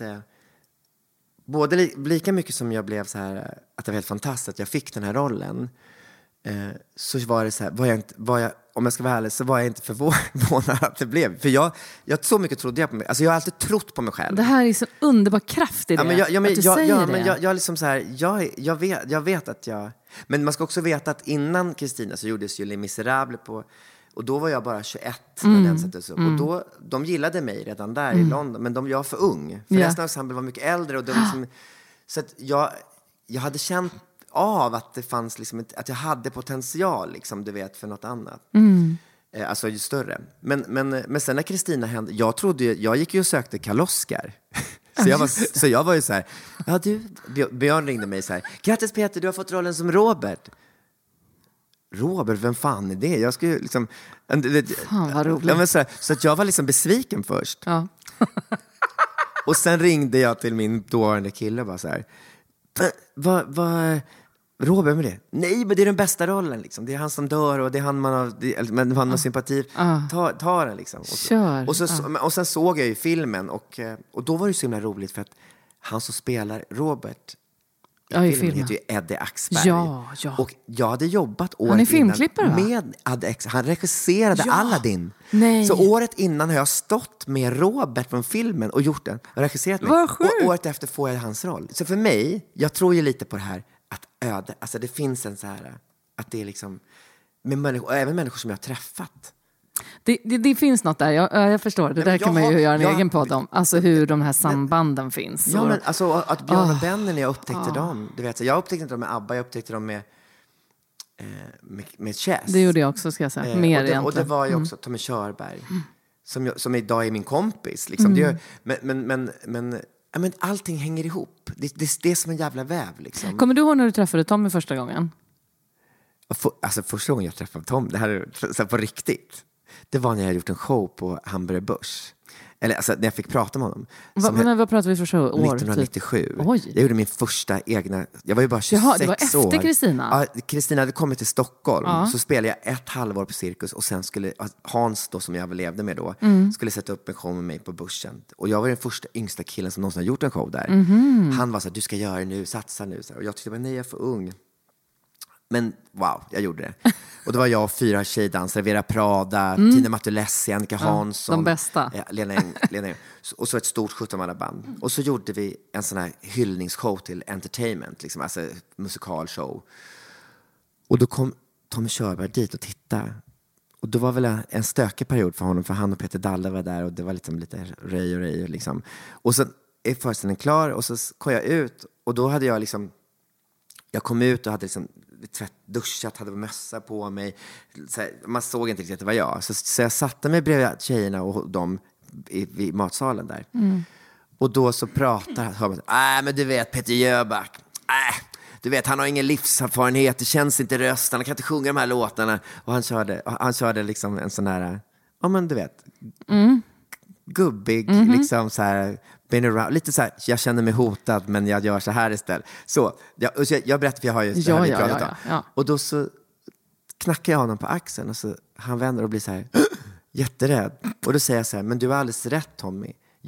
både lika mycket som jag blev så här, att det var helt fantastiskt att jag fick den här rollen, så var det så här, om jag ska vara ärlig så var jag inte förvånad att det blev. För jag så mycket trodde jag på mig. Alltså jag har alltid trott på mig själv.
Det här är så underbar kraft i det.
Jag liksom så här, jag vet att jag... Men man ska också veta att innan Kristina så gjordes ju Les Misérables och då var jag bara 21 när den sattes upp. Och de gillade mig redan där i London. Men jag var för ung. För resten av ensemblen var mycket äldre. Och så att jag hade känt av att det fanns liksom att jag hade potential liksom, du vet, för något annat. Alltså ju större. Men sen när Kristina hände, jag gick ju och sökte Karl-Oskar. Så jag var ju så här, Björn ringde mig så här, grattis Peter, du har fått rollen som Robert. Robert, vem fan är det? Jag skulle liksom...
Fan vad roligt.
Så att jag var liksom besviken först.
Ja.
Och sen ringde jag till min dåvarande kille och bara så här, vad Robert med det? Nej, men det är den bästa rollen liksom. Det är han som dör och det är han man har sympati. Ta den liksom. Och sen såg jag ju filmen och då var det så himla roligt för att han som spelar Robert i filmen heter ju Eddie Axberg.
Ja.
Och jag hade jobbat året
han är filmklippare
med Eddie Axberg. Han regisserade Aladdin.
Nej.
Så året innan har jag stått med Robert från filmen och gjort den. Och regisserat mig. Och året efter får jag hans roll. Så för mig, jag tror ju lite på det här att alltså det finns en så här, att det är liksom med människor, och även människor som jag har träffat.
Det finns något där, jag förstår. Det där kan man ju göra en egen podd om. Alltså hur de här sambanden finns.
Ja, men alltså att Björn och Benny, när jag upptäckte dem. Du vet, jag upptäckte inte dem med ABBA, jag upptäckte dem med med Chess.
Det gjorde jag också, ska jag säga. Mer
och det var ju också Tommy Körberg. Som idag är min kompis. Liksom. Men allting hänger ihop. Det är som en jävla väv. Liksom.
Kommer du ihåg när du träffade Tommy första gången?
Alltså första gången jag träffade Tom, det här är så på riktigt. Det var när jag hade gjort en show på Hamburger Börs. Eller alltså, när jag fick prata med honom.
Vad pratade vi för show?
1997.
Typ. Oj.
Jag gjorde min första egna... Jag var ju bara 26 år.
Det var efter Kristina?
Ja, Kristina hade kommit till Stockholm. Ja. Så spelade jag ett halvår på Cirkus. Och sen skulle Hans då, som jag levde med då, skulle sätta upp en show med mig på Börsen. Och jag var den första yngsta killen som någonsin har gjort en show där. Han var så här, du ska göra det nu, satsa nu. Och jag tyckte, nej, jag är för ung. Men wow, jag gjorde det. Och det var jag och 4 tjejdansare, Vera Prada, Tina Matulessi, Annika Hansson.
De bästa.
Lena Eng. Och så ett stort 17-mannaband. Och så gjorde vi en sån här hyllningsshow till entertainment, liksom, alltså musikalshow. Och då kom Tommy Körberg dit och tittade. Och då var väl en stökig period för honom, för han och Peter Dalle var där och det var liksom lite röj liksom. Och så är föreställningen klar och så kom jag ut och då hade jag liksom... Jag kom ut och hade liksom duschat, hade mössa på mig. Så här, man såg inte riktigt att det var jag. Så jag satte mig bredvid tjejerna och dem i matsalen där. Och då så hör man, men du vet Peter Jöback. Du vet, han har ingen livserfarenhet. Det känns inte i rösten. Han kan inte sjunga de här låtarna. Och han körde liksom en sån här, ja men du vet, gubbig, liksom så här... Lite så här, jag känner mig hotad men jag gör så här istället. Så jag berättar, för jag har ju det här vi pratat om. Ja. Och då så knackar jag honom på axeln och så han vänder och blir så här jätterädd. Och då säger jag så här, men du har alldeles rätt Tommy.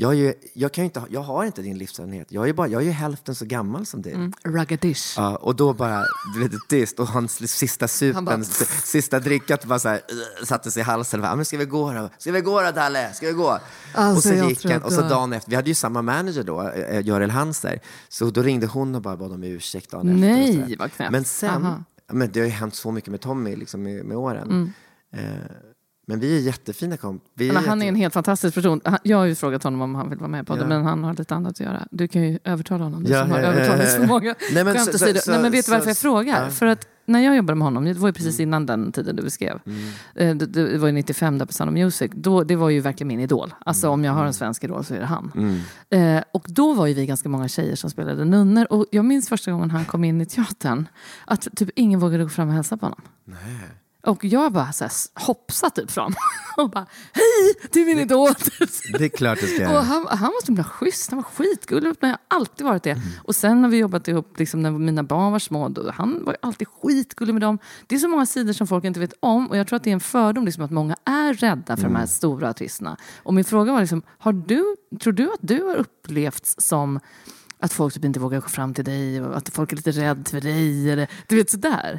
Jag har inte din livserfarenhet. Jag är ju hälften så gammal som du.
Ruggedish.
Ja, och då bara lite tyst och hans sista supen, sista drickat bara så här, satte sig i halsen och bara, men ska vi gå då Dalle? Ska vi gå? Alltså, och så gick han och så dagen efter, vi hade ju samma manager då, Görel Hanser. Så då ringde hon och bara bad om ursäkt dagen efter.
Nej, vad knäppt.
Men sen, men det har ju hänt så mycket med Tommy liksom, med åren. Men vi är jättefina
han är en helt fantastisk person. Jag har ju frågat honom om han vill vara med på det, men han har lite annat att göra. Du kan ju övertala honom. Du som har övertalningsförmåga. Nej, men vet du varför jag frågar? Ja. För att när jag jobbade med honom, det var ju precis innan den tiden du beskrev. Det var ju 95 där på Sound of Music. Det var ju verkligen min idol. Alltså om jag har en svensk idol så är det han. Och då var ju vi ganska många tjejer som spelade nunnor. Och jag minns första gången han kom in i teatern att typ ingen vågade gå fram och hälsa på honom. Nej. Och jag bara så här, hoppsade typ fram och bara, hej, du är min idol.
Det är klart det ska.
Och han var så himla schysst, han var skitgullig, men jag har alltid varit det. Och sen när vi jobbat ihop, liksom, när mina barn var små, då, han var alltid skitgullig med dem. Det är så många sidor som folk inte vet om, och jag tror att det är en fördom liksom, att många är rädda för de här stora artisterna. Och min fråga var liksom, tror du att du har upplevts som att folk typ inte vågar gå fram till dig och att folk är lite rädda för dig, eller du vet sådär?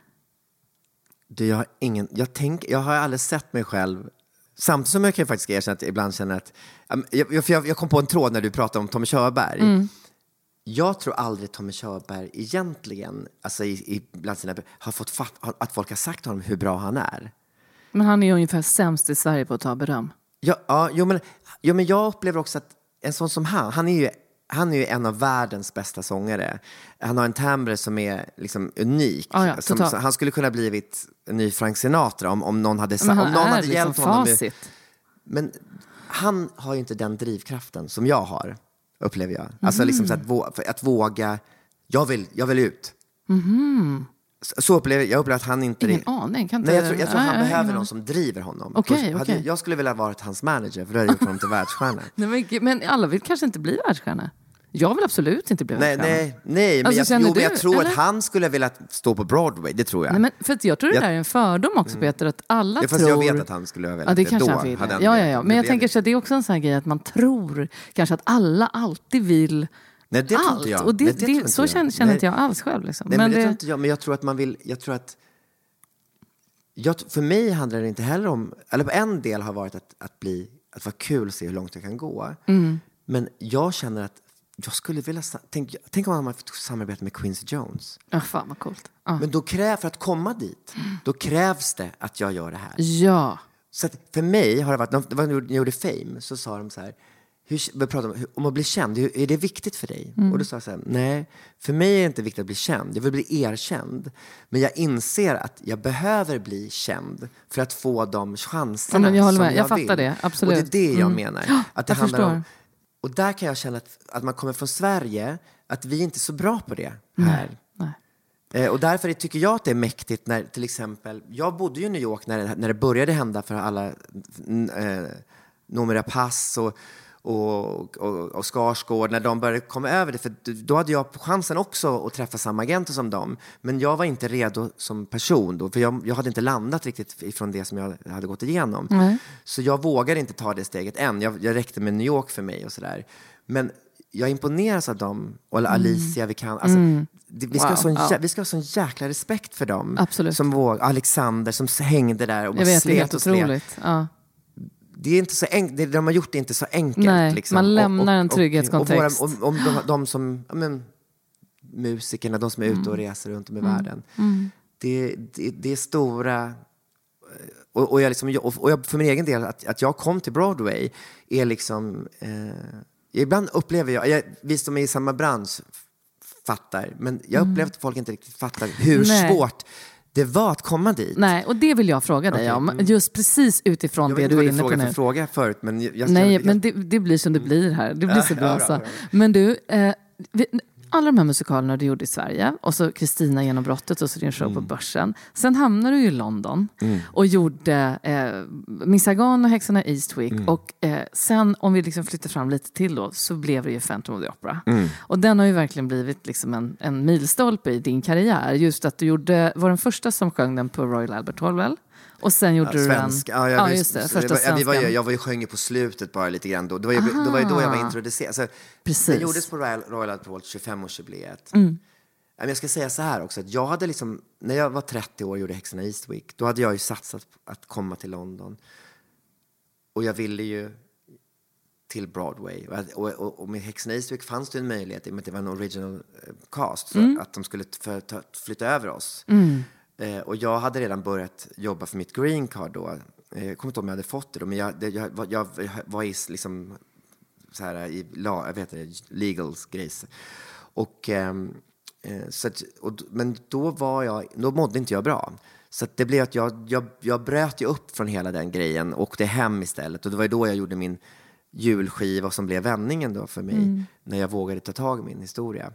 Jag har aldrig sett mig själv. Samtidigt som jag kan faktiskt erkänna att jag ibland känner att jag kom på en tråd när du pratade om Tommy Körberg. Jag tror aldrig Tommy Körberg egentligen, alltså bland sina, har fått att folk har sagt honom hur bra han är.
Men han är ju ungefär sämst i Sverige på att ta beröm.
Men jag upplever också att en sån som han är ju en av världens bästa sångare. Han har en timbre som är liksom unik. Han skulle kunna blivit en ny Frank Sinatra om någon hade hade hjälpt honom. Men han har ju inte den drivkraften som jag har, upplever jag. Alltså liksom så att våga, jag vill ut. Så jag upplever att han inte...
Ingen aning.
Jag tror han behöver någon som driver honom. Okay. Jag skulle vilja vara hans manager, för det hade gjort honom till världsstjärna.
Men alla vill kanske inte bli världsstjärna. Jag vill absolut inte bli världsstjärna.
Nej, men jag tror att han skulle vilja stå på Broadway, det tror jag.
Nej, men för att jag tror det där är en fördom också, Peter, att alla tror...
Fast jag vet att han skulle vilja
det kanske han vill. Ja. Men jag tänker så att det är också en sån här grej att man tror kanske att alla alltid vill...
Nej, det tror inte jag.
Och så känner inte jag alls själv. Liksom.
Nej, men det tror inte jag. Men jag tror att man vill... för mig handlar det inte heller om... Eller en del har varit att vara kul och se hur långt jag kan gå. Men jag känner att jag skulle vilja... Tänk om man fick samarbeta med Quincy Jones.
Ja, fan vad coolt.
Men då för att komma dit, då krävs det att jag gör det här.
Ja.
Så att för mig har det varit... När jag gjorde Fame så sa de så här... vi pratade om att bli känd. Är det viktigt för dig? Och då sa jag så här, nej, för mig är det inte viktigt att bli känd. Jag vill bli erkänd. Men jag inser att jag behöver bli känd för att få de chanserna
men jag håller
som
med. Jag fattar
vill.
det, absolut.
Och det är det jag menar. Att det
jag
handlar
förstår.
om, och där kan jag känna att man kommer från Sverige, att vi inte är så bra på det här.
Nej.
Och därför tycker jag att det är mäktigt när till exempel, jag bodde ju i New York när det började hända för alla Noomi Rapace och Skarsgård, när de började komma över det, för då hade jag chansen också att träffa samma agenter som dem, men jag var inte redo som person då, för jag hade inte landat riktigt ifrån det som jag hade gått igenom. Så jag vågade inte ta det steget än. Jag räckte med New York för mig och sådär, men jag imponeras av dem, och Alicia vi ska ha sån jäkla respekt för dem.
Absolut.
Som Alexander som hängde där och
jag vet, det är
slet
helt
och slet.
otroligt. Ja.
Det är inte så enkelt, det de har gjort är inte så enkelt.
Nej,
liksom.
man lämnar en trygghetskontext.
Och de som, musikerna, de som är ute och reser runt om i världen. Det är stora... Och jag för min egen del, att jag kom till Broadway är liksom... ibland upplever jag, vi som är i samma bransch fattar, men jag upplever att folk inte riktigt fattar hur svårt det var att komma dit.
Nej, och det vill jag fråga dig om. Just precis utifrån det du är inne på nu.
Jag fråga förut, men
men det blir som det blir här. Det blir så bra. Så. Men du, alla de här musikalerna du gjorde i Sverige, och så Kristina genombrottet och så din show på Börsen. Sen hamnade du i London och gjorde Miss Saigon och Häxorna i Eastwick. Och sen, om vi liksom flyttar fram lite till då, så blev det ju Phantom of the Opera. Och den har ju verkligen blivit liksom en milstolpe i din karriär. Just att du var den första som sjöng den på Royal Albert Hall, väl? Och sen gjorde du
svensk.
Just det, första svenskan.
Jag var ju sjöng på slutet bara lite grann då. Det var ju då jag var introducerad. Alltså,
precis.
Det gjordes på Royal Albert Hall 25-årsjubileet. Men jag ska säga så här också, att jag hade liksom, när jag var 30 år och gjorde Häxorna i Eastwick, då hade jag ju satsat att komma till London. Och jag ville ju till Broadway. Och med Häxorna i Eastwick fanns det en möjlighet, i och med att det var en original cast, så att de skulle flytta över oss. Och jag hade redan börjat jobba för mitt green card då. Jag kommer inte ihåg om jag hade fått det då, men jag var i liksom så här i legals grejs. Men då mådde inte jag bra. Så att det blev att jag bröt ju upp från hela den grejen och åkte hem istället. Och det var ju då jag gjorde min julskiva som blev vändningen då för mig, när jag vågade ta tag i min historia.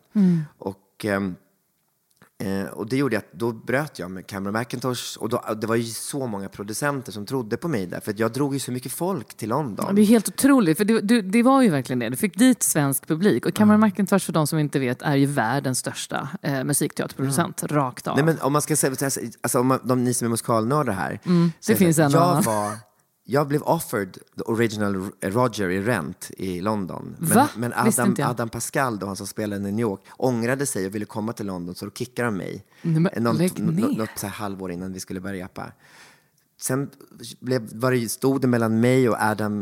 Och det gjorde att då bröt jag med Cameron McIntosh, och det var ju så många producenter som trodde på mig där, för att jag drog ju så mycket folk till London.
Det är helt otroligt, för det var ju verkligen det. Du fick dit svensk publik, och Cameron McIntosh, för de som inte vet, är ju världens största musikteaterproducent, rakt av.
Nej, men om man ska säga, alltså ni som är musikalnördar här,
det finns en annan.
Jag blev offered the original Roger i Rent i London. Men Adam Pascal, då, han som spelade i New York, ångrade sig och ville komma till London, så då kickade de mig. Något så här halvår innan vi skulle börja jappa. Sen stod det mellan mig och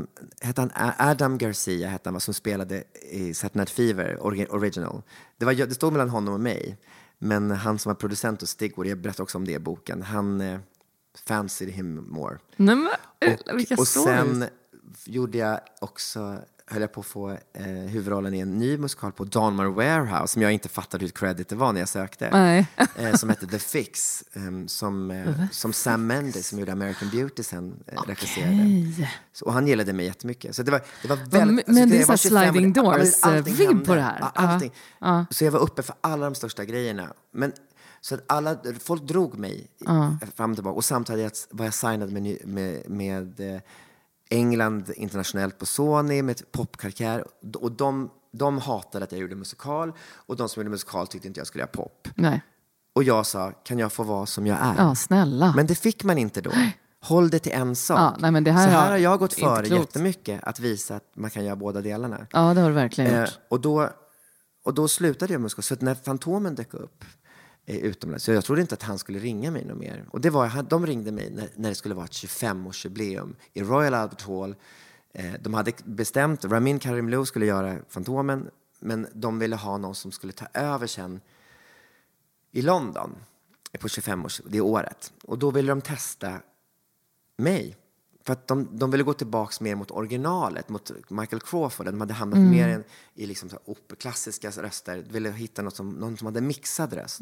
Adam Garcia, som spelade i Saturday Night Fever original. Det stod mellan honom och mig. Men han som var producent och Stigwood, jag berättade också om det i boken, han fancied him more. Och sen gjorde jag också, höll jag på att få huvudrollen i en ny musikal på Donmar Warehouse, som jag inte fattade hur credit det var när jag sökte. Som hette The Fix, som Sam Mendes, som gjorde American Beauty, sen regisserade. Och han gillade mig jättemycket. Så det var väldigt...
Men det är så sliding doors-vibb på det här.
Allting. Så jag var uppe för alla de största grejerna. Men så att folk drog mig fram och tillbaka. Och samtidigt var jag signad med England internationellt på Sony, med popkarriär. Och de hatade att jag gjorde musikal. Och de som gjorde musikal tyckte inte jag skulle göra pop.
Nej.
Och jag sa, kan jag få vara som jag är?
Ja, snälla.
Men det fick man inte då. Håll det till en sak.
Ja, nej, men det här
så här har jag gått före jättemycket, att visa att man kan göra båda delarna.
Ja, det har du verkligen gjort.
Och då slutade jag musikal. Så att när Fantomen dök upp utomlands, så jag trodde inte att han skulle ringa mig något mer. Och de ringde mig när det skulle vara ett 25-årsjubileum i Royal Albert Hall. De hade bestämt, Ramin Karimloo skulle göra Fantomen, men de ville ha någon som skulle ta över sen i London på 25 års, det året. Och då ville de testa mig för att de ville gå tillbaks mer mot originalet, mot Michael Crawford. De hade hamnat mer i liksom så klassiska röster. De ville hitta någon som hade mixad röst.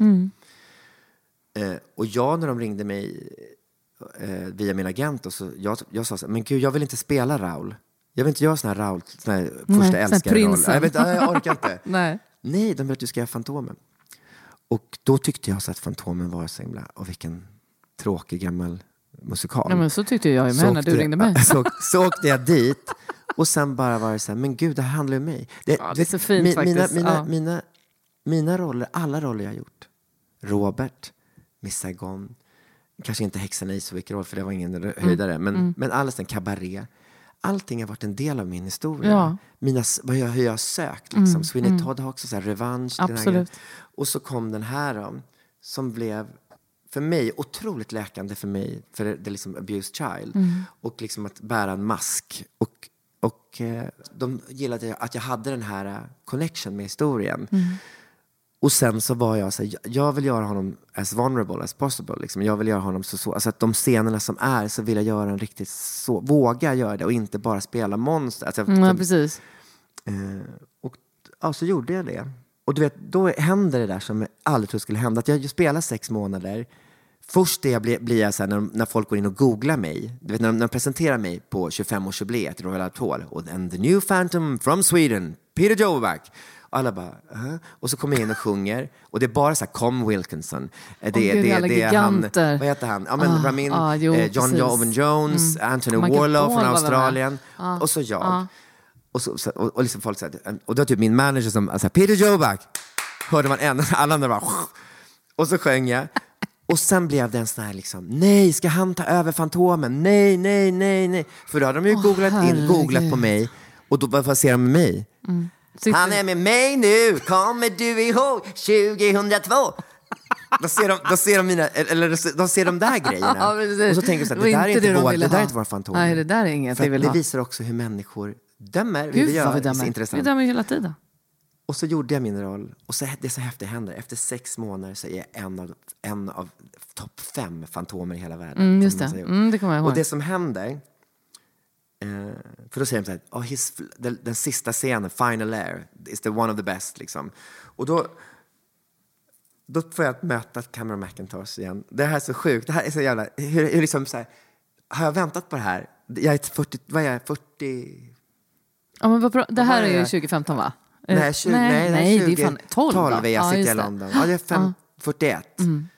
Och när de ringde mig via min agent, och så jag sa så här, men gud, jag vill inte spela Raoul. Jag vill inte göra sån här Raoul, sån här första älskare-roll. Jag orkar inte. Nej, de vill att du ska göra Fantomen. Och då tyckte jag så att Fantomen var så himla, och vilken tråkig gammal musikal.
Ja, men så tyckte jag med när du ringde mig.
Så åkte jag dit, och sen bara var det så här, men gud, det här handlar om mig.
Det är så fint faktiskt.
Mina roller, alla roller jag har gjort. Robert, Miss Saigon, kanske inte Häxan i så vilken roll, för det var ingen höjdare, men alldeles en kabaré. Allting har varit en del av min historia. Ja. Hur jag har sökt. Liksom. Sweeney Todd har också så här, revansch.
Absolut.
Och så kom den här som blev för mig otroligt läkande för mig. För det är liksom abused child. Och liksom att bära en mask. Och de gillade att jag hade den här connection med historien. Och sen så var jag så här, jag vill göra honom as vulnerable as possible. Liksom. Jag vill göra honom så. Alltså att de scenerna som är, så vill jag göra en riktigt så. Våga göra det och inte bara spela monster. Alltså,
precis.
Och så gjorde jag det. Och du vet, då händer det där som jag aldrig trodde skulle hända. Att jag spelar 6 månader. Först blir jag så här, när folk går in och googlar mig. Du vet, när de presenterar mig på 25-årsjubileet i Royal Albert Hall. Och and the new Phantom from Sweden, Peter Jovac. Och alla bara, och så kommer jag in och sjunger. Och det är bara så här, Com Wilkinson. Det är han, vad heter han? Ja, men Ramin, John Owen Jones, Anthony Warlow från Australien. Och så jag. Och liksom folk säger, och då typ min manager som alltså, Peter Jovac. Hörde man alla andra bara. Och så sjöng jag. Och sen blev det en sån här liksom, nej, ska han ta över Fantomen? Nej. För då hade de ju googlat på mig. Och då vad ser de med mig? Han är med mig nu, kommer du ihåg 2002? Då ser de mina, eller de ser de där grejerna. Och så tänker jag så att det där är inte våra Fantomer.
Nej, det där är inget
vi vill ha. Det visar också hur människor dömer.
Gud, vi dömer hela tiden.
Och så gjorde jag min roll. Och så det så häftigt händer. Efter 6 månader så är jag en av topp 5 Fantomer i hela världen.
Just det. Det kommer jag ihåg.
Och det som händer, för då säger de så här, den sista scenen, Final Air, is the one of the best liksom. Och då får jag möta Cameron McIntosh igen. Det här är så sjukt. Det här är så jävla, hur liksom så här, har jag väntat på det här? Jag är 40, vad är jag, 40?
Ja, men vad bra. Det här är ju 2015, va?
Nej,
det är fan 12
är jag sitter i London. Ja, det är 41.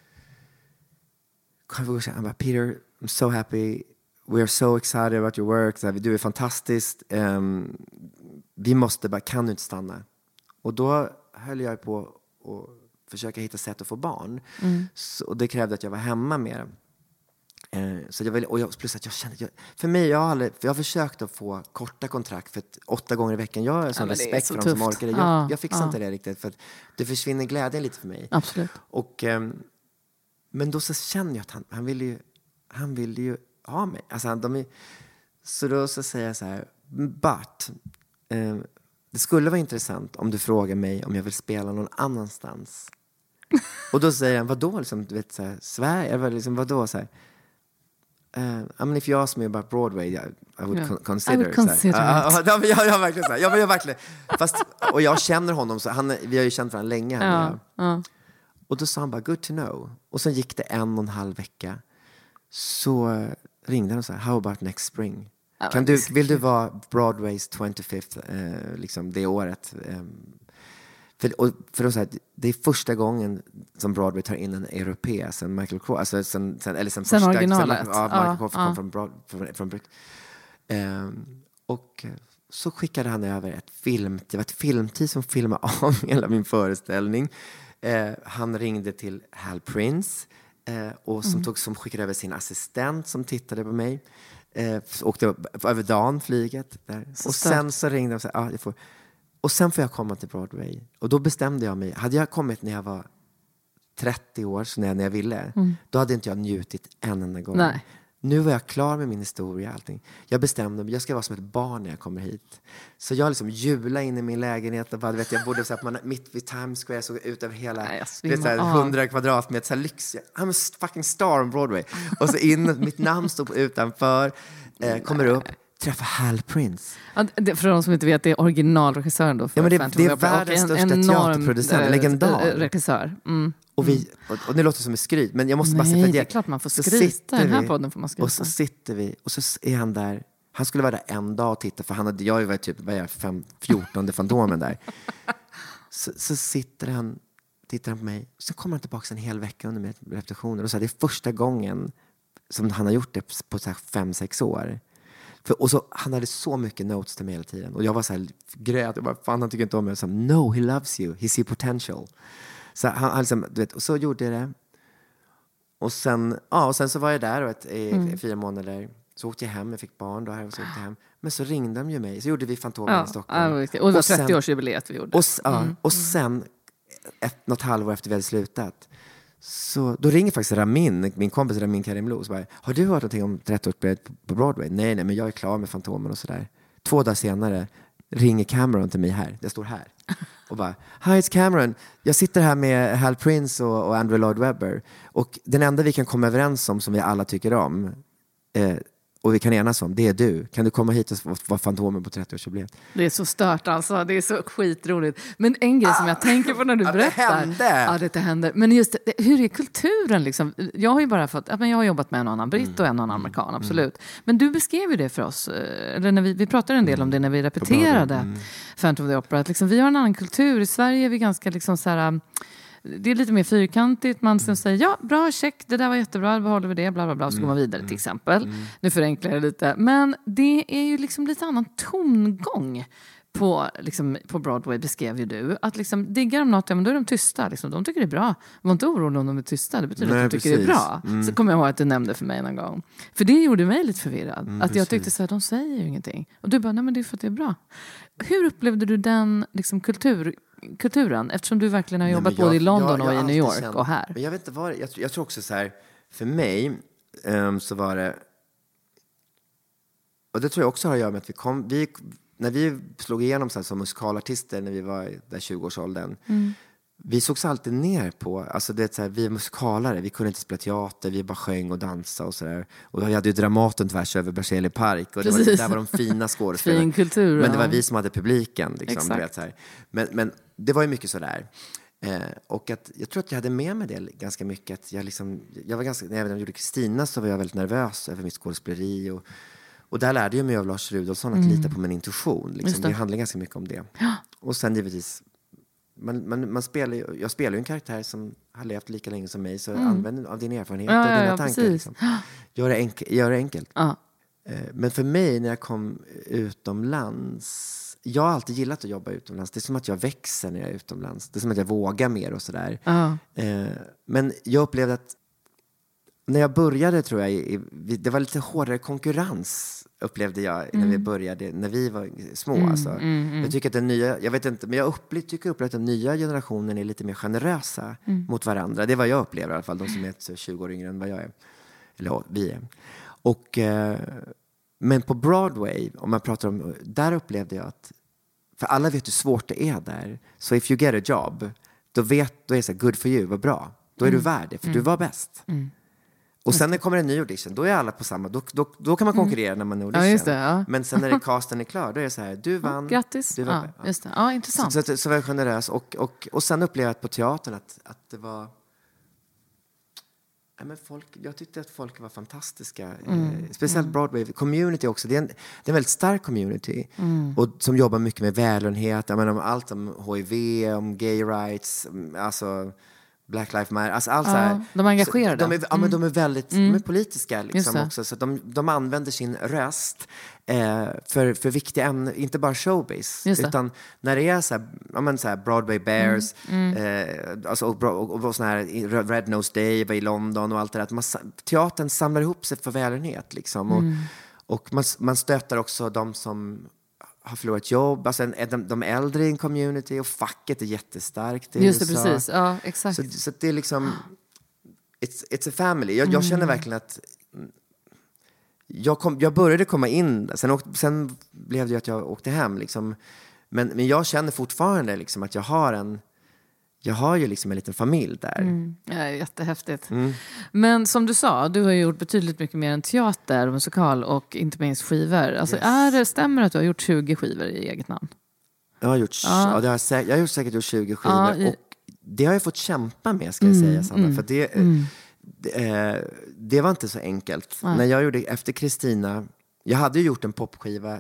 Han bara, Peter, I'm so happy. We are so excited about your work. Du är fantastisk. Vi måste bara, kan du inte stanna? Och då höll jag på att försöka hitta sätt att få barn. Och det krävde att jag var hemma mer. Så jag ville, plus att jag kände, för mig, jag har försökt att få korta kontrakt för 8 gånger i veckan. Jag har sån respekt för dem som orkar det. Jag fixar inte det riktigt, för att det försvinner glädjen lite för mig.
Absolut.
Och, men då så känner jag att han vill ju ha mig. Alltså, så då så säger jag så här, but det skulle vara intressant om du frågar mig om jag vill spela någon annanstans. Och då säger han, vadå liksom, du vet så här, Sverige, eller liksom, vadå så här. I mean, if you ask me about Broadway, I would consider.
I would consider it.
Jag verkligen så här. Jag verkligen. Fast, och jag känner honom så vi har ju känt varandra länge. Och då sa han bara, good to know. Och sen gick det 1,5 vecka. Så ringde han och sa, how about next spring? Vill du vara Broadways 25th liksom det året? För då så här, det är första som Broadway tar in en europé sen Michael Crawford, alltså sen
originalet.
Michael Crawford kom från Brick. Och så skickade han över det var ett filmteam som filmade av hela min föreställning. Han ringde till Hal Prince och som skickade över sin assistent som tittade på mig. Åkte över dagen flyget där. Och sen så ringde de och sa, och sen får jag komma till Broadway. Och då bestämde jag mig. Hade jag kommit när jag var 30 år, så när jag ville, då hade inte jag njutit en enda gång.
Nej.
Nu var jag klar med min historia, allting. Jag bestämde mig, jag ska vara som ett barn när jag kommer hit. Så jag liksom jula in i min lägenhet och bara, vet, jag bodde så här på mitt vid Times Square, såg ut över hela 100 kvadratmeter, så här lyx. I'm a fucking star on Broadway. Och så in, mitt namn stod utanför, kommer upp, träffa Hal Prince.
Ja, för de som inte vet, det är originalregissören då. För
det är världens största teaterproducent, legendar.
Regissör.
Och det låter som ett skryt, men jag måste bara säga,
det är klart man får skryta. Den här podden får man skryta.
Och så sitter vi, och så är han där. Han skulle vara där en dag och titta, för jag var typ 14:e Fantomen där. Så tittar han på mig, och så kommer han tillbaka en hel vecka under mina repetitioner och så här, det är första gången som han har gjort det på så här 5-6 år. Och så, han hade så mycket notes till mig hela tiden. Och jag var så här grät. Jag bara, fan, han tycker inte om mig. Och så, no, he loves you. He see potential. Så han liksom, du vet, och så gjorde jag det. Och sen så var jag där i 4 månader. Så åkte jag hem, jag fick barn då här och så åkte jag hem. Men så ringde de ju mig. Så gjorde vi Fantomen i Stockholm.
Och det var 30-årsjubileet vi gjorde.
Och sen, något halvår efter vi hade slutat, så då ringer faktiskt Ramin, min kompis Ramin Karimloo, så bara, har du hört någonting om 30-årsjubileet på Broadway? Nej, men jag är klar med Fantomen och sådär. 2 dagar senare ringer Cameron till mig här. Det står här. Och bara, hi, it's Cameron. Jag sitter här med Hal Prince och Andrew Lloyd Webber. Och den enda vi kan komma överens om, som vi alla tycker om, och vi kan enas om, det är du. Kan du komma hit och vara Fantomen på 30-årsjubileet?
Det är så stört alltså. Det är så skitroligt. Men en grej som jag tänker på när du berättar. Det händer. Men just det, hur är kulturen liksom? Jag har ju bara fått, jag har jobbat med en annan britt och en annan amerikan, absolut. Men du beskrev ju det för oss. Eller när vi pratade en del om det när vi repeterade Phantom of the Opera. Att liksom, vi har en annan kultur. I Sverige är vi ganska liksom så här... Det är lite mer fyrkantigt. Man som säger, ja, bra, check, det där var jättebra, då behåller vi det, bla bla bla, så går man vidare till exempel. Nu förenklar jag lite. Men det är ju liksom lite annan tongång på Broadway, beskrev ju du. Att liksom, diggar de något, ja, men då är de tysta. Liksom. De tycker det är bra. Var inte orolig om de är tysta, det betyder att de tycker det är bra. Så kommer jag ihåg att du nämnde för mig någon gång. För det gjorde mig lite förvirrad. Att jag tyckte så här, de säger ju ingenting. Och du bara, nej men det är för att det är bra. Hur upplevde du den liksom, kulturen? Eftersom du verkligen har jobbat både i London och i New York och här.
Men jag vet inte vad jag tror också så här, för mig så var det, och det tror jag också har att göra med att när vi slog igenom så här, som musikalartister när vi var där 20-årsåldern, vi sågs alltid ner på, alltså det är så här, vi är musikalare, vi kunde inte spela teater, vi bara sjöng och dansade och sådär. Och vi hade ju Dramaten tvärs över Berzelii park, och där var de fina skådespelarna.
Fin kultur.
Men det var vi som hade publiken liksom, vet, så här. Men det var ju mycket sådär. Och att jag tror att jag hade med mig det ganska mycket, att jag var ganska, när jag gjorde Kristina så var jag väldigt nervös över mitt skådespeleri, och där lärde jag mig av Lars Rudolfsson att lita på min intuition. Liksom. Det handlar ganska mycket om det. Ja. Och sen givetvis, jag spelar ju en karaktär som har levt lika länge som mig, så använd av din erfarenhet och dina tankar. Liksom. Gör det enkelt. Ja. Men för mig, när jag kom utomlands, jag har alltid gillat att jobba utomlands. Det är som att jag växer när jag är utomlands. Det är som att jag vågar mer och sådär. Men jag upplevde att när jag började, tror jag, det var lite hårdare konkurrens, upplevde jag när vi började, när vi var små. Alltså. Jag tycker att den nya, jag vet inte, men jag tycker att den nya generationen är lite mer generösa mot varandra. Det är vad jag upplever i alla fall, de som är 20 år yngre än vad jag är. Eller vi är. Och, men på Broadway, om man pratar om, där upplevde jag att, för alla vet hur svårt det är där. Så if you get a job, då är det så här, good for you, vad bra. Då är du värd det, för du var bäst. Och sen när det kommer en ny audition, då är alla på samma, då kan man konkurrera när man är audition.
Ja, just det, ja.
Men sen när casten är klar, då är det så här, du vann.
Grattis.
Du var,
just det. Ja, intressant.
Så var jag generös. Och sen upplevde jag på teatern att det var... men jag tyckte att folk var fantastiska. Speciellt Broadway. Community också. Det är en väldigt stark community. Och som jobbar mycket med välgörenhet. Om allt om HIV, om gay rights, alltså... Black Lives Matter, alltså allt så här.
De är engagerade.
De är väldigt de är politiska liksom också, så att de använder sin röst för viktiga ämnen, inte bara showbiz, utan när det är så här Broadway Bears, alltså och sån här Red Nose Day var i London och allt det där, att teatern samlar ihop sig för välgörenhet liksom, och man stöttar också de som har förlorat jobb, alltså de äldre i en community, och facket är jättestarkt i
just det,
USA.
precis. Ja, exakt.
Så det är liksom it's a family. Jag känner verkligen att jag började komma in. Sen blev det ju att jag åkte hem. Liksom. Men jag känner fortfarande liksom, att jag har ju liksom en liten familj där.
Ja, jättehäftigt. Men som du sa, du har ju gjort betydligt mycket mer än teater, musikal och inte minst skivor. Alltså, stämmer det att du har gjort 20 skivor i eget namn?
Jag har gjort, jag har säkert gjort 20 skivor. Och det har jag fått kämpa med, ska jag säga, Sanna. För det var inte så enkelt. När jag gjorde efter Kristina, jag hade ju gjort en popskiva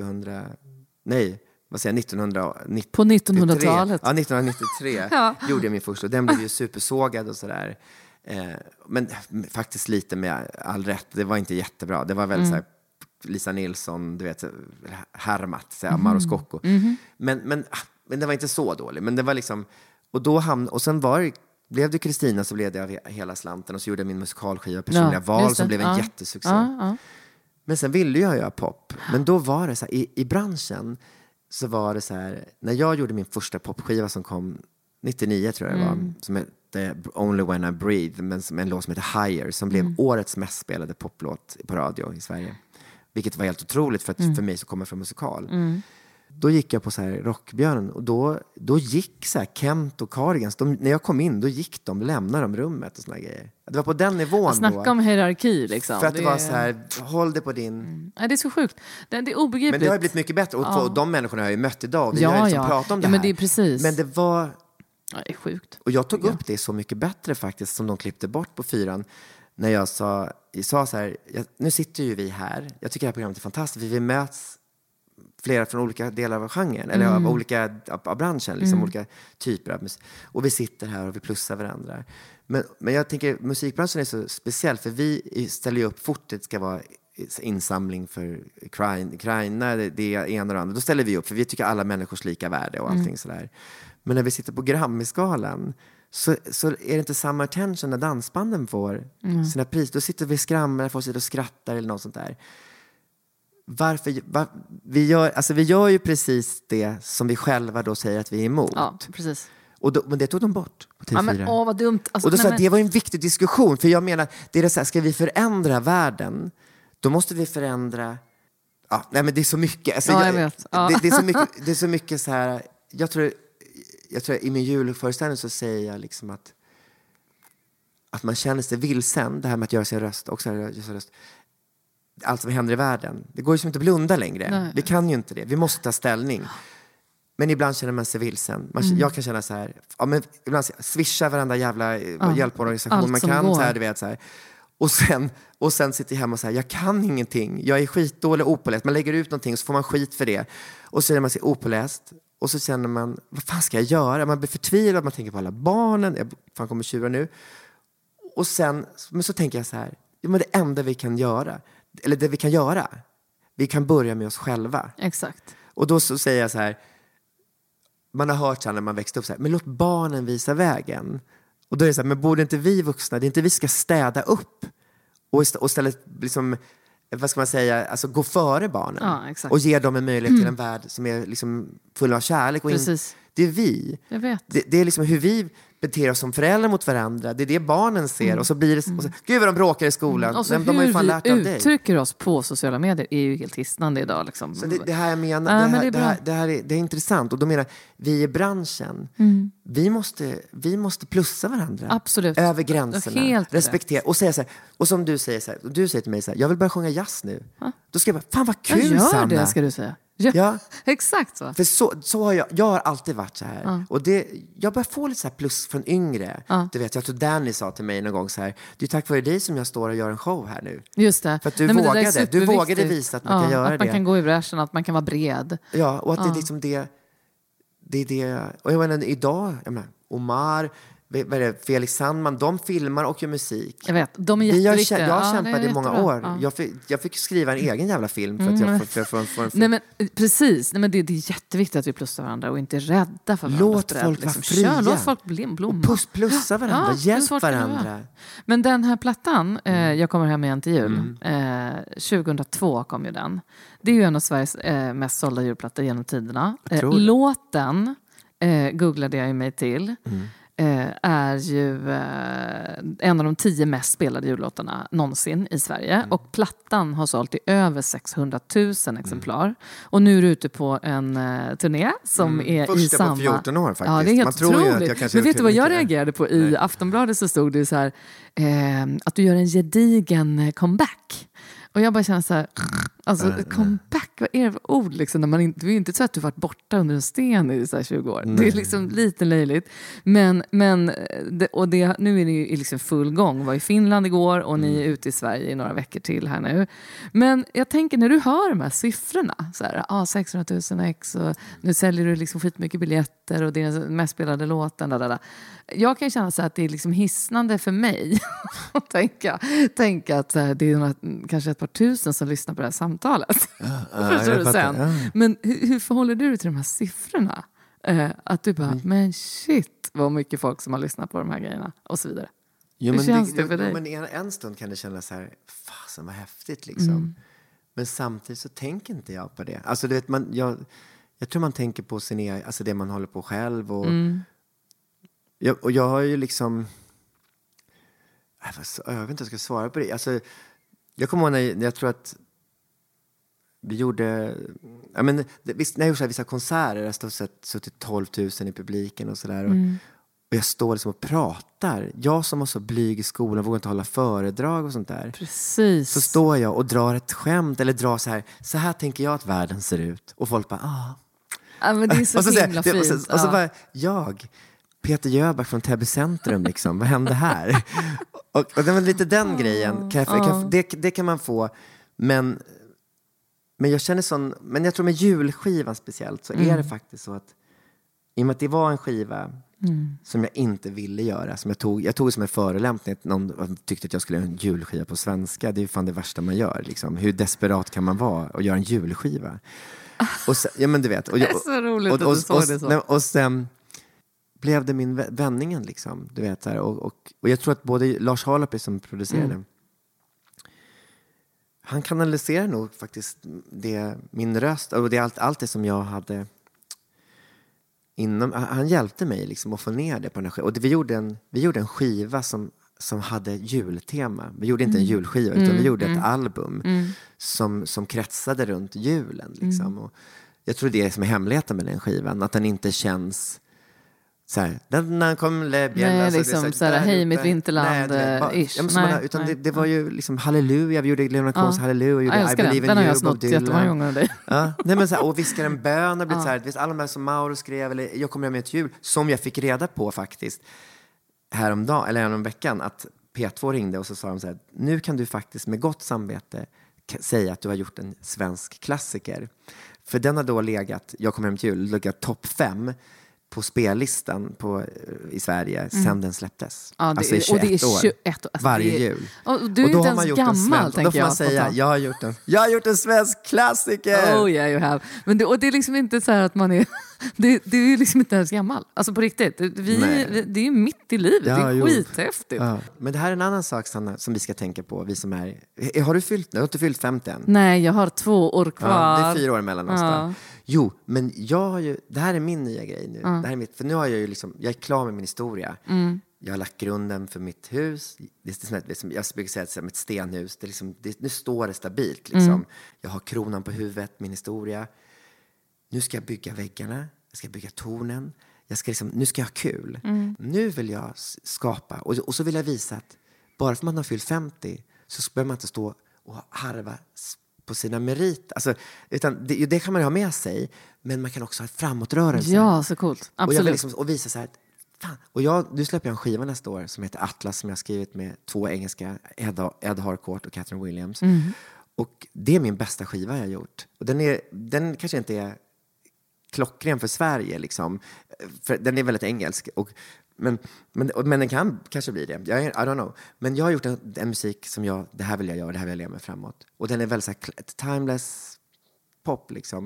1993.
På 1900-talet.
Ja, 1993 gjorde jag min första. Den blev ju supersågad och sådär. Men faktiskt lite med all rätt. Det var inte jättebra. Det var väldigt så här, Lisa Nilsson, du vet, härmat, Amaro Scocco. Men det var inte så dåligt. Men det var liksom, och sen blev det Kristina, så blev det av hela slanten. Och så gjorde jag min musikalskiva Personliga val, som blev en jättesuccé. Men sen ville jag göra pop. Men då var det så här, i branschen så var det så här, när jag gjorde min första popskiva som kom 99 tror jag det var, som hette Only When I Breathe, men som en låt som heter Higher, som blev årets mest spelade poplåt på radio i Sverige. Vilket var helt otroligt för mig som kommer från musikal. Då gick jag på så här Rockbjörnen, och då gick så här Kent och Cardigans, när jag kom in, då gick lämnade de rummet och såna grejer. Det var på den nivån.
Snacka om hierarki liksom.
För att det var så här, håll det på din...
Ja, det är så sjukt. Det är obegripligt.
Men det har ju blivit mycket bättre, och de människorna har jag ju mött idag, och vi har ju liksom pratat om det här.
Men det är precis.
Men det var...
Ja, det är sjukt.
Och jag tog upp det så mycket bättre faktiskt, som de klippte bort på 4, när jag sa så här, nu sitter ju vi här, jag tycker det här programmet är fantastiskt, vi möts flera från olika delar av genren, eller av branschen, liksom, olika typer av musik. Och vi sitter här och vi plussar varandra. Men jag tänker, musikbranschen är så speciell, för vi ställer ju upp fort, det ska vara insamling för Ukraina, det ena och det andra. Då ställer vi upp, för vi tycker alla människors lika värde och allting sådär. Men när vi sitter på Grammy-skalan, så är det inte samma attention när dansbanden får sina pris. Då sitter vi och skramlar, folk sitter och skrattar eller något sånt där. Vi gör ju precis det som vi själva då säger att vi är emot.
Ja, precis.
Men det tog de bort på TV4.
Ja, men vad dumt. Alltså,
och då sa det var en viktig diskussion. För jag menar, det är så här, ska vi förändra världen, då måste vi förändra... Ja, nej, men det är så mycket. Alltså,
jag vet. Ja.
Det är så mycket. Det är så mycket så här... Jag tror i min julföreställning så säger jag liksom att man känner sig vilsen, det här med att göra sin röst, också göra sin röst. Allt som händer i världen. Det går ju som inte att blunda längre. Nej. Vi kan ju inte det. Vi måste ta ställning. Men ibland känner man sig vilsen. Jag kan känna så här, men ibland swisha varenda jävla hjälporganisation man kan så här, du vet så här. Och sen sitter jag hemma och säger, jag kan ingenting. Jag är skitdålig och opåläst. Man lägger ut någonting och så får man skit för det. Och så är man sig opåläst. Och så känner man, vad fan ska jag göra? Man blir förtvivlad, man tänker på alla barnen. Jag kommer 20 nu. Och sen, men så tänker jag så här, men det enda vi kan göra, eller det vi kan göra, vi kan börja med oss själva.
Exakt.
Och då så säger jag så här, man har hört så här när man växte upp så här, men låt barnen visa vägen. Och då är det så här, men borde inte vi vuxna, det är inte vi ska städa upp och istället liksom, vad ska man säga, alltså gå före barnen.
Ja, exakt.
Och ge dem en möjlighet till en värld som är liksom full av kärlek. Och det är vi.
Jag vet.
Det är liksom hur vi beter oss som föräldrar mot varandra. Det är det barnen ser. Och så blir det... Och så, gud vad de bråkar i skolan.
Och så
de har ju fan lärt av dig.
Uttrycker oss på sociala medier är ju helt hisnande idag. Liksom.
Så det här jag menar, det är intressant. Och då menar vi i branschen, vi måste plussa varandra.
Absolut.
Över gränserna.
Helt
respektera. Och säga så här, och som du säger så här, och du säger till mig så här, jag vill börja sjunga jazz nu. Då ska jag bara, fan vad kul,
jag gör
Sanna.
Det ska du säga. Ja, exakt så.
För så har jag har alltid varit så här. Och jag börjar få lite så här plus från yngre. Du vet, jag tror Danny sa till mig någon gång så här, det är tack vare dig som jag står och gör en show här nu.
Just det.
För att du vågade visa att man kan göra det.
Att man kan gå i bräschen, att man kan vara bred.
Ja, och att det är liksom det är det. Och jag menar idag, Omar, Felix Sandman, de filmar och gör musik.
Jag vet, de är jätteviktiga.
Jag kämpade i många år. Ja. Jag fick skriva en egen jävla film för att jag får en film.
Nej, men precis. Nej, men det är jätteviktigt att vi plussar varandra och inte är rädda för varandra.
Låt folk vara fria.
Låt folk blomma.
Och plussa varandra, hjälp varandra.
Men den här plattan, Jag kommer hem igen till jul, 2002 kom ju den. Det är ju en av Sveriges mest sålda julplattor genom tiderna. Låten googlade jag mig till. är ju en av de 10 mest spelade jullåtarna någonsin i Sverige. Och plattan har sålt i över 600 000 exemplar. Och nu är du ute på en turné som är
första
i samma...
på 14 år faktiskt.
Ja, det är helt
Man tror ju att jag kanske
Men vet du vad jag
mycket.
reagerade på? I Aftonbladet så stod det så här, att du gör en gedigen comeback. Och jag bara känner så här, alltså comeback, vad är det för ord liksom? När man inte, det är ju inte så att du varit borta under en sten i så här 20 år. Det är liksom lite löjligt. Men nu är ni ju liksom full gång. Var i Finland igår och ni är ute i Sverige i några veckor till här nu. Men jag tänker när du hör de här siffrorna, så här, 600 000 ex och nu säljer du liksom skitmycket biljetter och det är den mest spelade låten. Jag kan känna så att det är liksom hisnande för mig att tänka att det är kanske ett par tusen som lyssnar på det här samtalet. Förstår du sen? Men hur förhåller du dig till de här siffrorna? Att du bara, men shit, vad mycket folk som har lyssnat på de här grejerna och så vidare. Hur känns det för dig?
Men en stund kan det kännas så här, fasen vad häftigt liksom. Men samtidigt så tänker inte jag på det. Alltså du vet, jag tror man tänker på sin egen, alltså det man håller på själv och jag har ju liksom jag vet inte hur jag ska svara på det. Alltså, jag kommer ihåg när jag tror att vi gjorde när jag gjorde vissa konserter, jag stod suttit 12 000 i publiken och sådär. Och jag står liksom och pratar. Jag som var så blyg i skolan, vågar inte hålla föredrag och sånt där.
Precis.
Så står jag och drar ett skämt eller drar så här tänker jag att världen ser ut. Och folk bara,
Ja, men det är så himla fint.
Och så bara, Peter Jöback från Täby centrum liksom. Vad hände här? och det var lite den grejen. Det kan man få. Men jag känner men jag tror med julskivan speciellt så är det faktiskt så att i och med att det var en skiva som jag inte ville göra, som jag tog som en förolämpning att någon tyckte att jag skulle göra en julskiva på svenska. Det är ju fan det värsta man gör liksom. Hur desperat kan man vara och göra en julskiva? Och sen, ja men du vet.
Det är så roligt att du såg det så.
Och sen blev det min vändningen liksom, du vet här, och jag tror att både Lars Harlöp som producerade han kanaliserar nog faktiskt min röst och det allt det som jag hade han hjälpte mig liksom att få ner det på den här skivan. Och vi gjorde en skiva som hade jultema. Vi gjorde inte en julskiva utan vi gjorde ett album som kretsade runt julen liksom. Och jag tror det är som är hemligheten med den skivan, att den inte känns så här, den kom
nej, liksom så här, hej mitt vinterland
utan det var ju liksom halleluja, vi gjorde Leonard Cohens halleluja,
I believe in you, den har jag snott jättemånga gånger av dig.
Nej men så här, och viskar en bön och blivit så här, vet alla de här som Mauro skrev eller jag kommer med ett jul som jag fick reda på faktiskt häromdagen eller en veckan att P2 ringde och så sa de så här, nu kan du faktiskt med gott samvete säga att du har gjort en svensk klassiker. För den har då legat, jag kommer hem till jul, legat topp 5 på spellistan i Sverige sen den släpptes.
Ja,
alltså i 21
och det är 21 år.
Alltså varje jul.
Och du är inte ens gammal, tänker jag.
Då får man säga, jag har gjort en svensk klassiker!
Oh yeah, you have. Men och det är liksom inte så här att man är... det är ju liksom inte ens gammal. Alltså på riktigt. Det är ju mitt i livet. Ja, det är skithäftigt.
Ja. Men det här är en annan sak, Sanna, som vi ska tänka på. Vi som är... Har du inte fyllt 50 än?
Nej, jag har 2 år kvar.
Ja, det är 4 år mellan oss då. Jo, men jag har ju... Det här är min nya grej nu. Det här är för nu har jag ju liksom... Jag är klar med min historia. Jag har lagt grunden för mitt hus. Det är som jag brukar säga som ett stenhus. Det är liksom, nu står det stabilt. Liksom. Jag har kronan på huvudet, min historia. Nu ska jag bygga väggarna. Jag ska bygga tornen. Nu ska jag ha kul. Nu vill jag skapa. Och så vill jag visa att bara för man har fyllt 50 så behöver man inte stå och harva på sina meriter. Alltså, utan det kan man ju ha med sig. Men man kan också ha framåtrörelse.
Ja, så coolt. Absolut.
Och jag vill liksom, och visa så här. Fan. Och nu släpper jag en skiva nästa år som heter Atlas som jag har skrivit med 2 engelska, Ed Harcourt och Catherine Williams. Och det är min bästa skiva jag har gjort. Och den kanske inte är klockren för Sverige liksom. För den är väldigt engelsk. Men den kan kanske bli det. I don't know. Men jag har gjort en musik som det här vill jag göra, det här vill jag leva med framåt. Och den är väldigt så här, timeless pop liksom.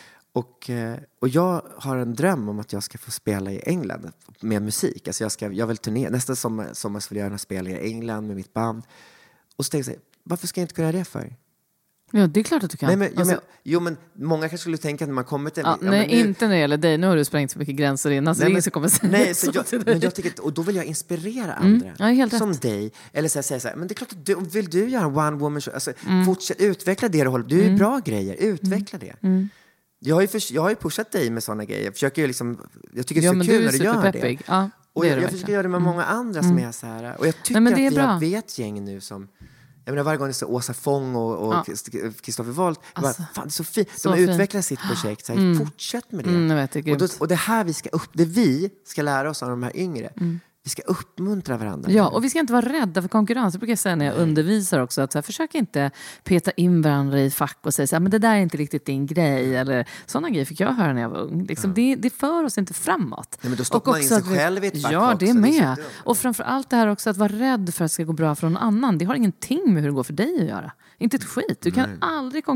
Och jag har en dröm om att jag ska få spela i England med musik. Alltså jag vill turnera. Nästa sommar vill jag gärna spela i England med mitt band. Och så tänkte jag, varför ska jag inte kunna göra det för?
Ja, det är klart att du kan.
Nej, men många kanske skulle tänka när man kommer till...
Inte när det gäller dig. Nu har du sprängt så mycket gränser innan. Så det är ingen som kommer säga så till dig.
Men jag tycker, och då vill jag inspirera andra.
Ja, helt
som
rätt.
dig. Eller säga så här, men det är klart att vill du göra en one woman show? Alltså, fortsätt utveckla det du håller. Du är bra grejer. Utveckla det. Jag har ju pushat dig med sådana grejer. Jag försöker liksom, jag tycker det är så kul när du gör det.
Ja,
och jag försöker göra det med många andra som är så här. Och jag tycker att vi har ett gäng nu som... Jag menar, varje gång det är så Åsa Fång och Kristoffer Wolt, fan, det är så fint. De utvecklar sitt projekt. Så här, fortsätt med det. Och det här vi ska lära oss av de här yngre. Vi ska uppmuntra varandra.
Ja, och vi ska inte vara rädda för konkurrens. Det brukar jag säga när jag undervisar också. Att så här, försök inte peta in varandra i fack och säga så här, men det där är inte riktigt din grej. Eller sådana grejer fick jag höra när jag var ung. Liksom, det för oss inte framåt.
Nej, men då stoppar man in sig själv i ett fack.
Ja, det är
också.
med. Och framförallt det här också att vara rädd för att det ska gå bra för någon annan. Det har ingenting med hur det går för dig att göra. Inte ett skit. Du kan aldrig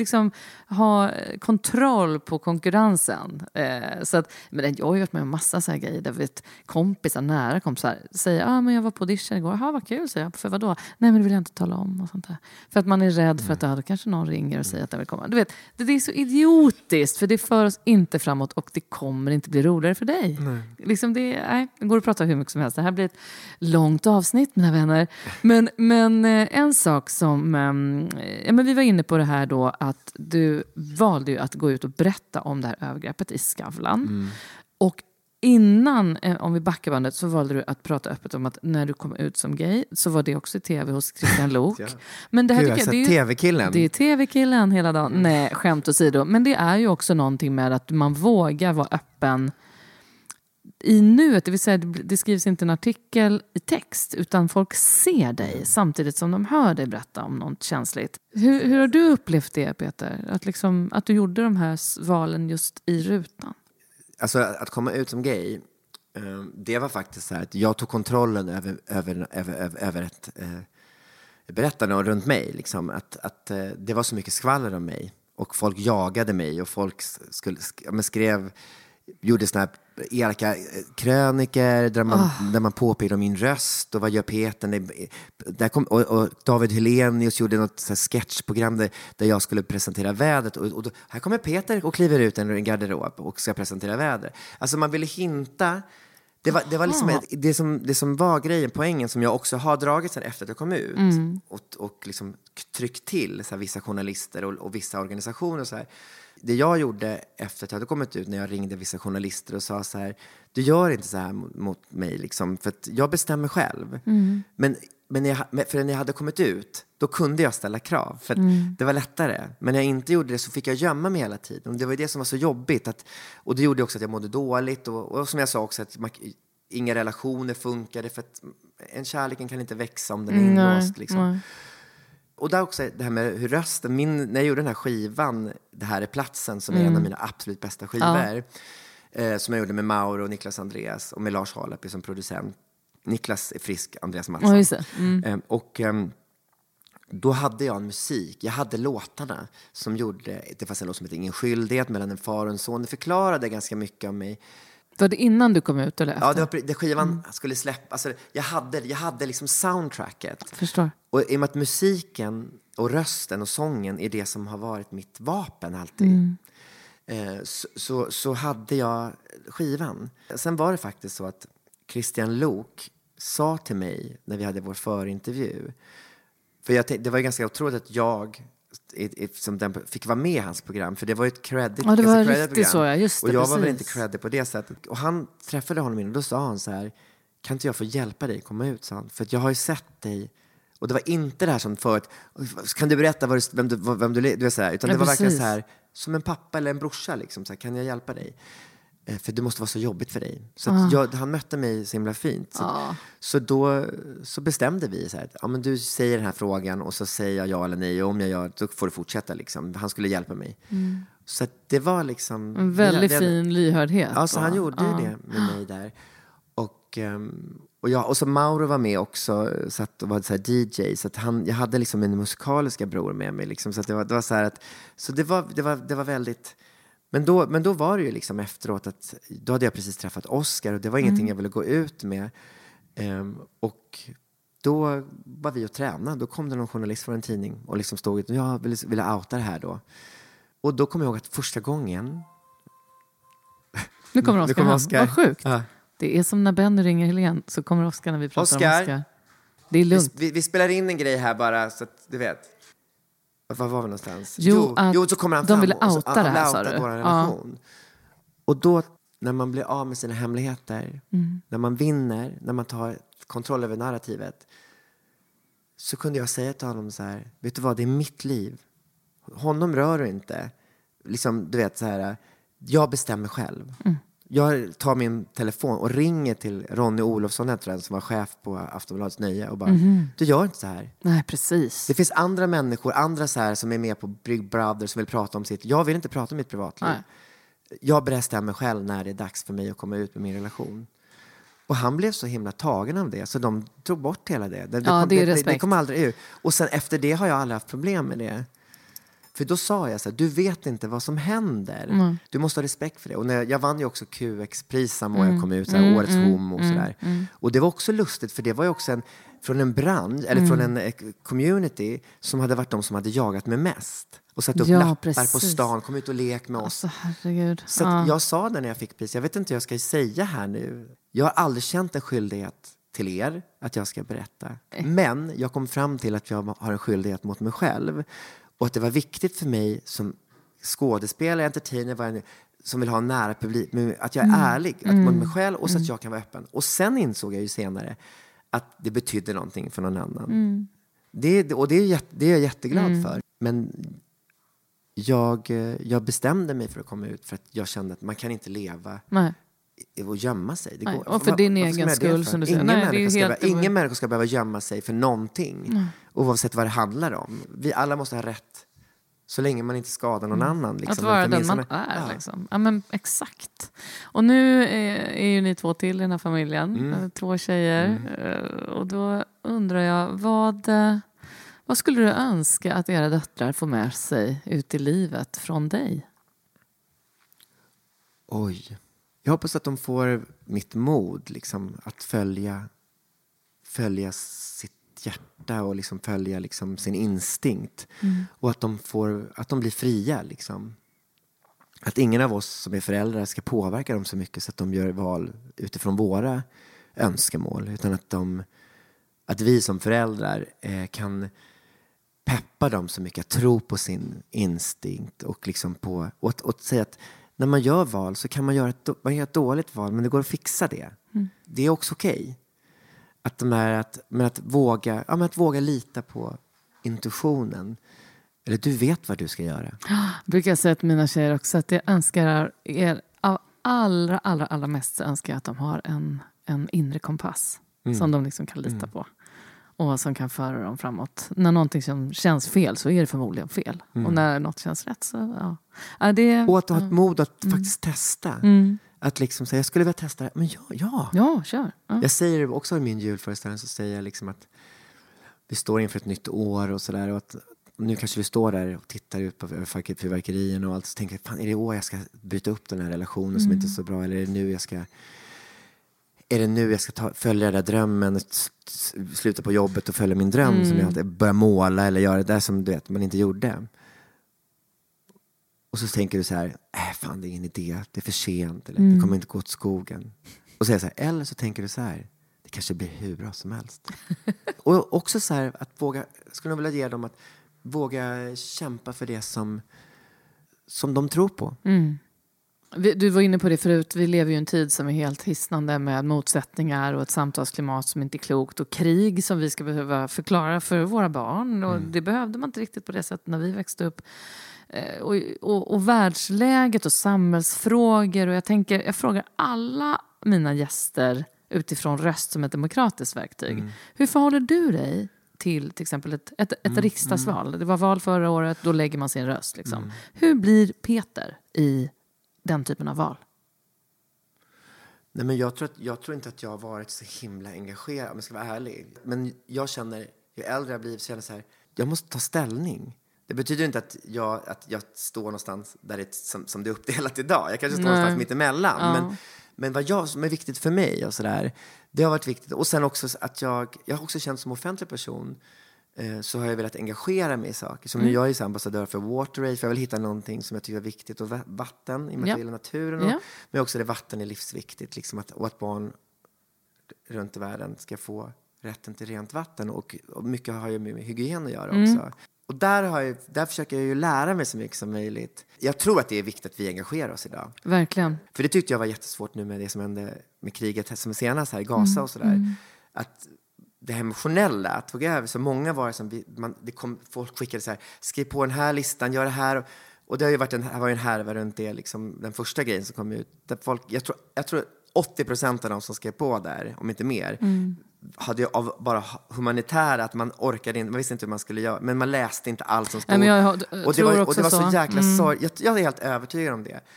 ha kontroll på konkurrensen. Så att, men jag har ju varit med om massa så här grejer där kompisar, nära kompisar säger, men jag var på audition igår. Vad kul, säger jag. För vadå? Nej, men det vill jag inte tala om. Och sånt där. För att man är rädd för att kanske någon ringer och säger att jag vill komma. Du vet, det är så idiotiskt. För det för oss inte framåt och det kommer inte bli roligare för dig. Liksom det går att prata hur mycket som helst. Det här blir ett långt avsnitt, mina vänner. Men en sak som... men vi var inne på det här då att du valde ju att gå ut och berätta om det här övergreppet i Skavlan. Och innan, om vi backar bandet, så valde du att prata öppet om att när du kom ut som gay så var det också i tv hos Christian Lok. Men det här tycker jag, det är
tv-killen.
Det är tv-killen hela dagen. Nej, skämt åsido. Men det är ju också någonting med att man vågar vara öppen i nuet, det vill säga det skrivs inte en artikel i text utan folk ser dig samtidigt som de hör dig berätta om något känsligt. Hur har du upplevt det, Peter? Att du gjorde de här valen just i rutan?
Alltså att komma ut som gay, det var faktiskt så här att jag tog kontrollen över ett berättande runt mig. Liksom, att det var så mycket skvaller om mig och folk jagade mig och folk gjorde såna här elaka kröniker där man påpekade om min röst och vad gör Peter och David Helenius gjorde något så här sketchprogram där jag skulle presentera vädret och då, här kommer Peter och kliver ut en garderob och ska presentera väder. Alltså man ville hinta. Det var liksom det som var grejen, poängen som jag också har dragit sen efter att jag kom ut och liksom tryckt till så här, vissa journalister och vissa organisationer och så här. Det jag gjorde efter att jag hade kommit ut, när jag ringde vissa journalister och sa så här, du gör inte så här mot mig liksom, för att jag bestämmer själv. Men när jag hade kommit ut, då kunde jag ställa krav för att det var lättare. Men när jag inte gjorde det så fick jag gömma mig hela tiden. Och det var det som var så jobbigt och det gjorde också att jag mådde dåligt och som jag sa också att inga relationer funkade för att en kärleken kan inte växa om den är inlåst liksom. Och där också det här med hur rösten, när jag gjorde den här skivan, det här är platsen som är en av mina absolut bästa skivor, som jag gjorde med Mauro och Niklas Andreas och med Lars Halapi som producent. Niklas är frisk, Andreas Mattsson. Då hade jag en musik, jag hade låtarna som gjorde, det fanns en låt som heter Ingen skyldighet mellan en far och en son, det förklarade ganska mycket om mig.
Var det innan du kom ut eller efter?
Ja, det var det skivan skulle släppa. Alltså, jag hade liksom soundtracket.
Förstår.
Och i och med att musiken och rösten och sången är det som har varit mitt vapen alltid. Så hade jag skivan. Sen var det faktiskt så att Christian Lok sa till mig när vi hade vår förintervju. För det var ju ganska otroligt att jag som den fick vara med i hans program, för det var ju ett credit.
Ja, det var riktigt så, just det.
Och jag
precis.
var väl inte credit på det sättet. Och han träffade honom in och då sa han så här, kan inte jag få hjälpa dig komma ut, sa han. För att jag har ju sett dig. Och det var inte det här som förut, kan du berätta vem du är så här, utan det var verkligen så här, som en pappa eller en brorsa liksom, så här, kan jag hjälpa dig? För det måste vara så jobbigt för dig. Så att han mötte mig så himla fint. Så då så bestämde vi så här, ja men du säger den här frågan och så säger jag ja eller nej, och om jag gör då får du fortsätta liksom. Han skulle hjälpa mig. Så att det var liksom
en väldigt fin lyhördhet.
Ja, så han gjorde ju det med mig där. Och så Mauro var med också, satt och var så här DJ, så att jag hade liksom en musikaliska bror med mig liksom, så att det var så här att så det var väldigt. Men då var det ju liksom efteråt att då hade jag precis träffat Oscar och det var ingenting jag ville gå ut med. Och då var vi och tränade. Då kom det någon journalist från en tidning och liksom stod och jag ville outa det här då. Och då kom jag ihåg att första gången...
Nu kommer Oscar. Vad sjukt.
Ja.
Det är som när Benny ringer Helene så kommer Oscar när vi pratar om Oscar. Det är lugnt.
Vi spelar in en grej här bara så att du vet. Var var vi någonstans?
Jo,
så kommer han
de
fram
ville
och
outa det här, sa du.
Vår relation. Och då, när man blir av med sina hemligheter, när man vinner, när man tar kontroll över narrativet, så kunde jag säga till honom så här: vet du vad, det är mitt liv. Honom rör du inte. Liksom, du vet så här, jag bestämmer själv. Jag tar min telefon och ringer till Ronny Olofsson, heter den, som var chef på Aftonbladets Nöje, och bara, du gör inte så här.
Nej, precis.
Det finns andra människor, andra så här, som är med på Big Brother, som vill prata om sitt. Jag vill inte prata om mitt privatliv. Nej. Jag bestämmer själv när det är dags för mig att komma ut med min relation. Och han blev så himla tagen av det, så de tog bort hela det. Det kom aldrig ut. Och sen efter det har jag aldrig haft problem med det. För då sa jag så här: du vet inte vad som händer. Du måste ha respekt för det. Och jag vann ju också QX-pris samma år jag kom ut, så här, årets homo och sådär. Och det var också lustigt, för det var ju också från en bransch, eller från en community som hade varit de som hade jagat mig mest. Och satt upp lappar på stan, kom ut och lek med oss.
Alltså, herregud.
Så jag sa det när jag fick pris, jag vet inte hur jag ska säga här nu. Jag har aldrig känt en skyldighet till er att jag ska berätta. Men jag kom fram till att jag har en skyldighet mot mig själv. Och att det var viktigt för mig som skådespelare, entertainer, som vill ha en nära publik, att jag är ärlig mot mig själv, och så att jag kan vara öppen. Och sen insåg jag ju senare att det betydde någonting för någon annan. Det är jag jätteglad för. Men jag bestämde mig för att komma ut, för att jag kände att man kan inte leva och gömma sig. Det går,
och för din egen skull, som du säger.
Ingen människa ska behöva gömma sig för någonting. Oavsett vad det handlar om. Vi alla måste ha rätt, så länge man inte skadar någon annan. Liksom.
Att vara den man är. Ja. Liksom. Ja, men exakt. Och nu är ju ni 2 till i den här familjen. 2 tjejer. Och då undrar jag, vad skulle du önska att era döttrar får med sig ut i livet från dig?
Oj. Jag hoppas att de får mitt mod, liksom, att följa sitt hjärta och liksom följa liksom sin instinkt. Och att de blir fria, liksom. Att ingen av oss som är föräldrar ska påverka dem så mycket så att de gör val utifrån våra önskemål, utan att vi som föräldrar kan peppa dem så mycket, att tro på sin instinkt och liksom och säga att när man gör val så kan man göra ett dåligt val, men det går att fixa det. Det är också okej. Att våga lita på intuitionen. Eller du vet vad du ska göra.
Jag brukar säga till mina tjejer också att jag önskar er av allra mest, så önskar jag att de har en inre kompass som de liksom kan lita på. Och som kan föra dem framåt. När någonting som känns fel så är det förmodligen fel. Och när något känns rätt så
och att ha ett mod att faktiskt testa. Att liksom säga, jag skulle vilja testa det. Men
ja, kör. Ja.
Jag säger också i min julföreställning, så säger jag liksom att vi står inför ett nytt år och sådär. Och att nu kanske vi står där och tittar ut på fyrverkerien och allt. Så tänker jag, fan, är det år jag ska bryta upp den här relationen som inte är så bra? Eller är det nu jag ska följa den där drömmen, sluta på jobbet och följa min dröm, som jag alltid börja måla eller göra det där som du vet man inte gjorde. Och så tänker du så här, fan, det är ingen idé, det är för sent, eller det kommer inte gå åt skogen. Och så är det så här, eller så tänker du så här, det kanske blir hur bra som helst. Och också så här, att våga, skulle jag vilja ge dem att våga kämpa för det som de tror på.
Du var inne på det förut, vi lever ju i en tid som är helt hisnande med motsättningar och ett samtalsklimat som inte är klokt och krig som vi ska behöva förklara för våra barn. Och det behövde man inte riktigt på det sättet när vi växte upp. Och världsläget och samhällsfrågor, och jag frågar alla mina gäster utifrån röst som ett demokratiskt verktyg. Hur förhåller du dig till exempel ett riksdagsval? Det var val förra året, då lägger man sin röst. Liksom. Hur blir Peter i den typen av val?
Nej, men jag tror inte att jag har varit så himla engagerad, om jag ska vara ärlig. Men jag känner, ju äldre jag blir, så känner jag så här, jag måste ta ställning. Det betyder inte att jag står någonstans där det som det är uppdelat idag. Jag kanske står någonstans mitt emellan. Men vad som är viktigt för mig och så där, Det har varit viktigt. Och sen också att jag har också känt som offentlig person så har jag velat engagera mig i saker. Som nu jag är ambassadör för WaterAid, för jag vill hitta någonting som jag tycker är viktigt. Och vatten, i och med att jag gillar naturen. Men också det vatten är livsviktigt. Liksom och att barn runt i världen ska få rätten till rent vatten. Och mycket har ju med hygien att göra också. Och där försöker jag ju lära mig så mycket som möjligt. Jag tror att det är viktigt att vi engagerar oss idag.
Verkligen.
För det tyckte jag var jättesvårt nu med det som hände med kriget som senast här i Gaza och sådär. Att det emotionella tog över. Så många var som folk skickade så här, skriv på den här listan, gör det här. Och det har ju varit en härva runt det, liksom, den första grejen som kom ut. Där folk, jag tror 80% av de som skrev på där, om inte mer, hade ju av bara humanitära, att man orkade inte, man visste inte hur man skulle göra, men man läste inte allt som stod. Och det var så jäkla sorg. Jag är helt övertygad om det.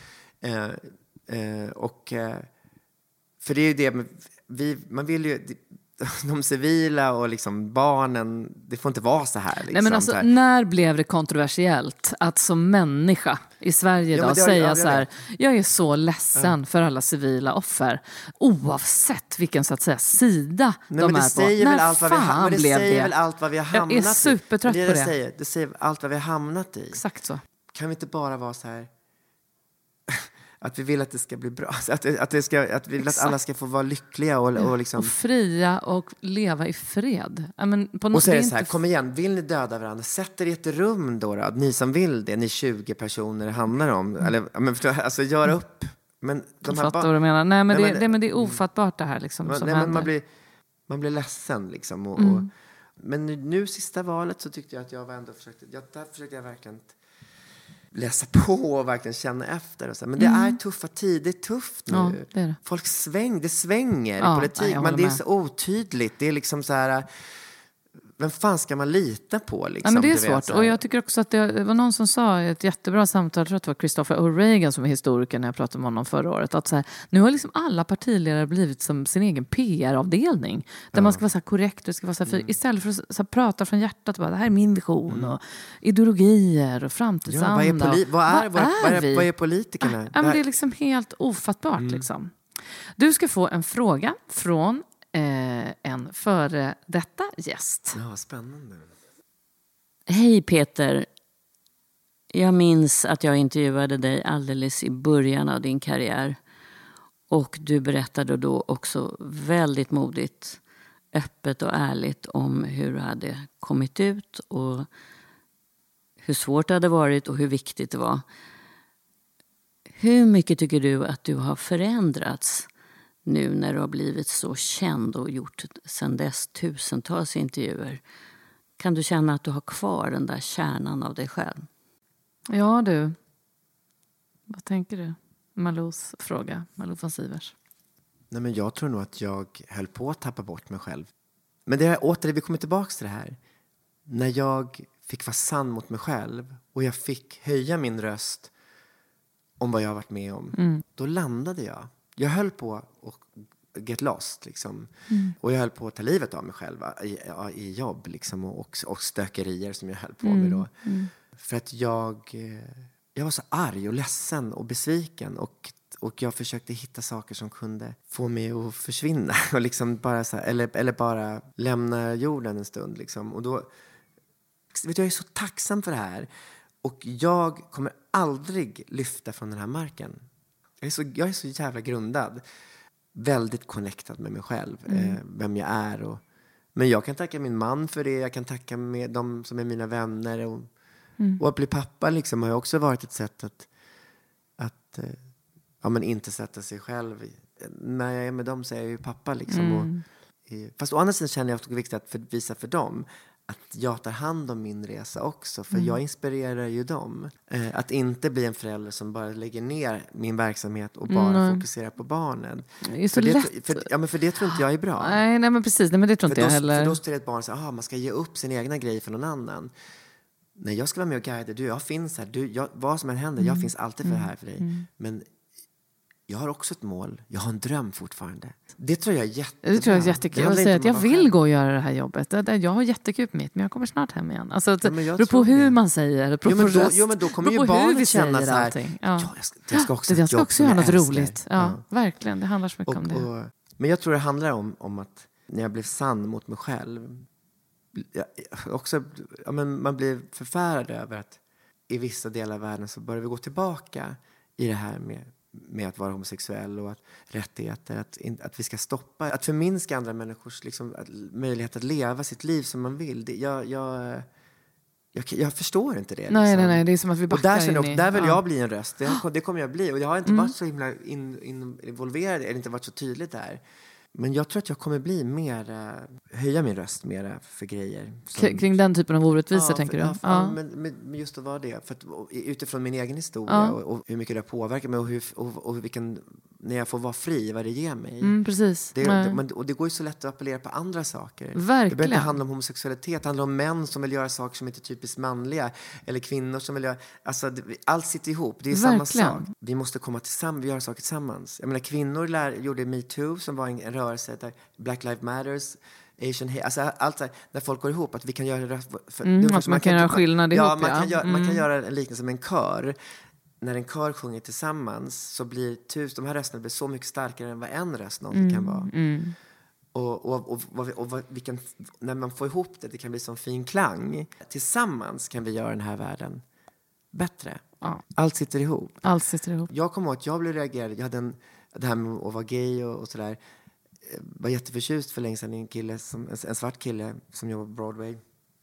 För det är ju det, man vill ju, de civila och liksom barnen, det får inte vara så här. Liksom.
Nej, men alltså, när blev det kontroversiellt att som människa i Sverige idag säga så här, jag är så ledsen för alla civila offer, oavsett vilken så att säga sida de är på.
Det säger väl allt vad vi har hamnat i.
Jag är supertrött på det.
Det säger allt vad vi har hamnat i.
Exakt så.
Kan vi inte bara vara så här att vi vill att det ska bli bra, att vi vill att alla ska få vara lyckliga och liksom
och fria och leva i fred.
Och så är det så här, kom igen, vill ni döda varandra, sätt er i ett rum då, ni som vill det, ni 20 personer det handlar om, eller alltså gör upp. Men de här
fattar vad du menar. Nej, men det är ofattbart det här liksom, som händer.
Man blir ledsen liksom men nu sista valet så tyckte jag att jag ändå försökte jag verkligen läsa på och verkligen känna efter och så. Men det är tuffa tider, det är tufft nu.
Ja, det är det.
Folk svänger i politik, men det är så otydligt. Det är liksom så här, vem fan ska man lita på liksom?
Ja, men det är svårt. Och jag tycker också att det var någon som sa i ett jättebra samtal, jag tror att det var Christopher O'Regan som är historiker när jag pratade med honom förra året, att så här, nu har liksom alla partiledare blivit som sin egen PR-avdelning där man ska vara så här korrekt och det ska vara så här, istället för att så här, prata från hjärtat och bara, det här är min vision och ideologier och framtidsanda.
Vad är politikerna?
Men det är liksom helt ofattbart liksom. Du ska få en fråga från en före detta gäst.
Ja, spännande.
Hej Peter. Jag minns att jag intervjuade dig alldeles i början av din karriär. Och du berättade då också väldigt modigt, öppet och ärligt om hur du hade kommit ut och hur svårt det hade varit och hur viktigt det var. Hur mycket tycker du att du har förändrats nu när du har blivit så känd och gjort sedan dess tusentals intervjuer? Kan du känna att du har kvar den där kärnan av dig själv?
Ja du. Vad tänker du? Malous fråga. Malou von Sivers.
Nej, men jag tror nog att jag höll på att tappa bort mig själv. Men det är vi kommer tillbaka till det här. När jag fick vara sann mot mig själv och jag fick höja min röst om vad jag har varit med om. Då landade jag. Jag höll på att get lost liksom. Och jag höll på att ta livet av mig själv i jobb liksom, och stökerier som jag höll på med då. För att jag var så arg och ledsen och besviken och jag försökte hitta saker som kunde få mig att försvinna och liksom bara så här, eller bara lämna jorden en stund liksom. Och då vet jag är så tacksam för det här och jag kommer aldrig lyfta från den här marken. Jag är så jävla grundad. Väldigt connectad med mig själv. Vem jag är. Men jag kan tacka min man för det. Jag kan tacka med de som är mina vänner. Och att bli pappa liksom, har ju också varit ett sätt att men inte sätta sig själv. När jag är med dem så är jag ju pappa. Liksom, fast å andra sidan känner jag att det är viktigt att visa för dem att jag tar hand om min resa också. För jag inspirerar ju dem. Att inte bli en förälder som bara lägger ner min verksamhet och bara fokuserar på barnen.
Det är så lätt.
För det tror inte jag är bra.
Nej men precis. Nej, men det tror inte jag heller.
För då står det ett barn så man ska ge upp sin egna grej för någon annan. Nej, jag ska vara med och guida. Jag finns här. Vad som än händer, jag finns alltid för dig. Men jag har också ett mål. Jag har en dröm fortfarande. Det tror jag är jättebra.
Det tror jag är jättekul. Jag säger att jag vill gå och göra det här jobbet. Jag har jättekul på mitt, men jag kommer snart hem igen. Alltså, det beror på hur man säger.
Men då kommer ju barnet känna så här. Jag ska också göra något roligt.
Ja, verkligen. Det handlar så mycket om det.
Men jag tror det handlar om att när jag blev sann mot mig själv. Man blir förfärad över att i vissa delar av världen så börjar vi gå tillbaka i det här med att vara homosexuell och att rättigheter, att vi ska stoppa, att förminska andra människors liksom, möjlighet att leva sitt liv som man vill. Jag förstår inte det.
Nej,
liksom.
nej, det är som att vi backar
och där vill jag bli en röst. Det kommer jag bli. Och jag har inte varit så himla involverad, eller inte varit så tydligt där. Men jag tror att jag kommer bli höja min röst mer för grejer.
Kring den typen av orättvisor, tänker du?
Ja, men just att vara det. För att, utifrån min egen historia och hur mycket det påverkar mig och när jag får vara fri, vad det ger mig.
Precis.
Och det går ju så lätt att appellera på andra saker.
Verkligen.
Det behöver inte handla om homosexualitet. Det handlar om män som vill göra saker som inte är typiskt manliga. Eller kvinnor som vill göra... Alltså, allt sitter ihop. Det är samma sak. Vi måste komma tillsammans. Vi gör saker tillsammans. Jag menar, kvinnor gjorde Me Too, som var en rörelse där Black Lives Matters, Asian, alltså allt det, när folk går ihop, att vi kan göra
att man kan göra skillnad ihop.
Man kan göra en liknelse med en kör. När en kör sjunger tillsammans så blir de här rösterna blir så mycket starkare än vad en röst någonting kan vara. Och när man får ihop det kan bli som fin klang. Tillsammans kan vi göra den här världen bättre. Allt sitter ihop. Jag kommer ihåg att jag blev reagerad. Jag hade det här med att vara gay och sådär. Var jätteförtjust för länge sedan i en svart kille som jobbar på Broadway.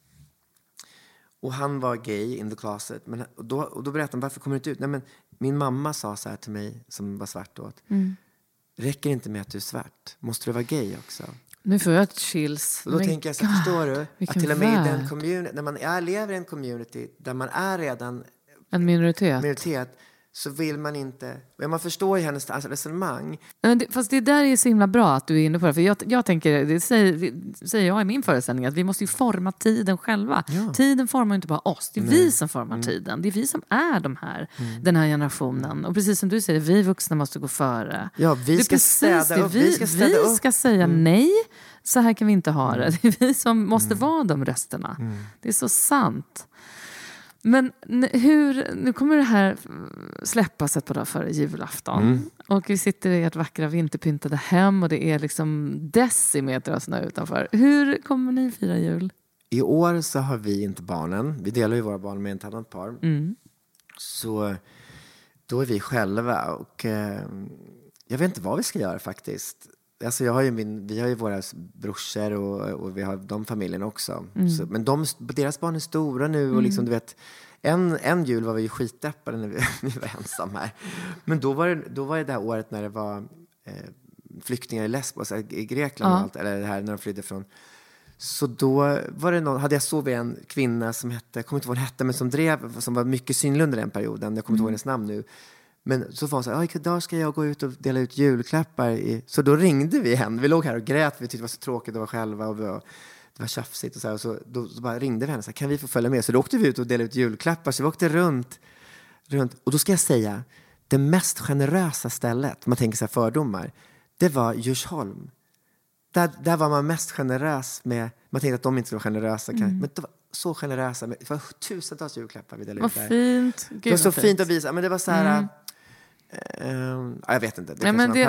Och han var gay in the closet. Och då berättade han, varför kommer du inte ut? Nej, men min mamma sa så här till mig, som var svart då. Räcker inte med att du är svart? Måste du vara gay också?
Nu får jag ett chills.
Och då tänker jag så, förstår du? Att till och med i den community, när man lever i en community där man är redan
en minoritet,
så vill man inte... Man förstår ju hennes resonemang.
Fast det där är så himla bra att du är inne på det. För jag tänker, det säger jag i min föreställning, att vi måste ju forma tiden själva. Ja. Tiden formar inte bara oss. Det är vi som formar tiden. Det är vi som är den här generationen. Och precis som du säger, vi vuxna måste gå före.
Ja, vi ska städa upp. Vi
ska säga nej. Så här kan vi inte ha det. Det är vi som måste vara de rösterna. Det är så sant. Men nu kommer det här släppas ett par dagar före julafton. Och vi sitter i ett vackra vinterpyntade hem och det är liksom decimeter av snö utanför. Hur kommer ni fira jul?
I år så har vi inte barnen. Vi delar ju våra barn med ett annat par. Så då är vi själva. Och jag vet inte vad vi ska göra faktiskt. Alltså vi har ju våra brorsor och vi har de familjerna också. Så, men deras barn är stora nu och liksom, du vet, en jul var vi ju skitdeppade när vi var ensamma här. Men då var det det här året när det var flyktingar i Lesbos, i Grekland och allt, eller det här när de flydde från. Så då var det hade jag sovit en kvinna som hette, jag kommer inte ihåg vad hon hette, men som var mycket synlig under den perioden. Jag kommer inte ihåg hennes namn nu. Men så var hon så här, idag ska jag gå ut och dela ut julklappar. Så då ringde vi henne. Vi låg här och grät, vi tyckte det var så tråkigt att vara själva. Och det var tjafsigt och så här. Och så då bara ringde vi henne så här, kan vi få följa med? Så då åkte vi ut och delade ut julklappar. Så vi åkte runt. Och då ska jag säga, det mest generösa stället, man tänker så här fördomar, det var Djursholm. Där var man mest generös med, man tänkte att de inte var generösa. Men det var så generösa. Det var tusentals julklappar vi delade ut där.
Vad fint.
Det var så fint att visa. Men det var så här... jag vet inte. Det men det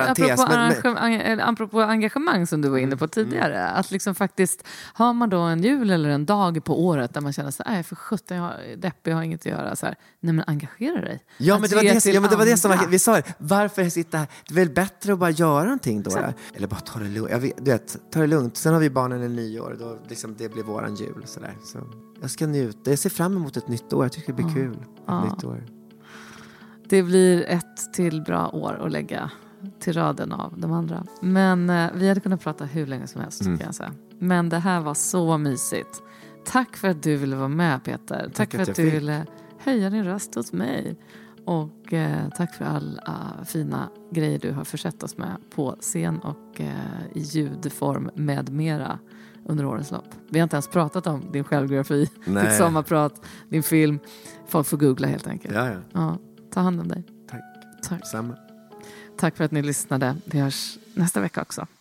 är
apropå engagemang som du var inne på tidigare. Att liksom faktiskt, har man då en jul eller en dag på året där man känner så här, för 17 jag är deppig, jag har inget att göra. Så här, nej men engagera dig.
Ja, men det var det som vi sa. Varför sitta här? Det är väl bättre att bara göra någonting då. Eller bara ta det lugnt. Ta det lugnt. Sen har vi barnen en nyår. Då liksom det blir våran jul. Så jag ska njuta. Jag ser fram emot ett nytt år. Jag tycker det blir kul. Ett nytt år.
Det blir ett till bra år att lägga till raden av de andra. Men vi hade kunnat prata hur länge som helst, kan jag säga. Men det här var så mysigt. Tack för att du ville vara med, Peter. Tack för att du ville höja din röst hos mig. Och tack för alla fina grejer du har försett oss med på scen och i ljudform med mera under årens lopp. Vi har inte ens pratat om din självbiografi, ditt sommarprat, din film. Folk får googla helt enkelt. Ja. Ta hand om dig.
Tack.
Tack för att ni lyssnade. Vi hörs nästa vecka också.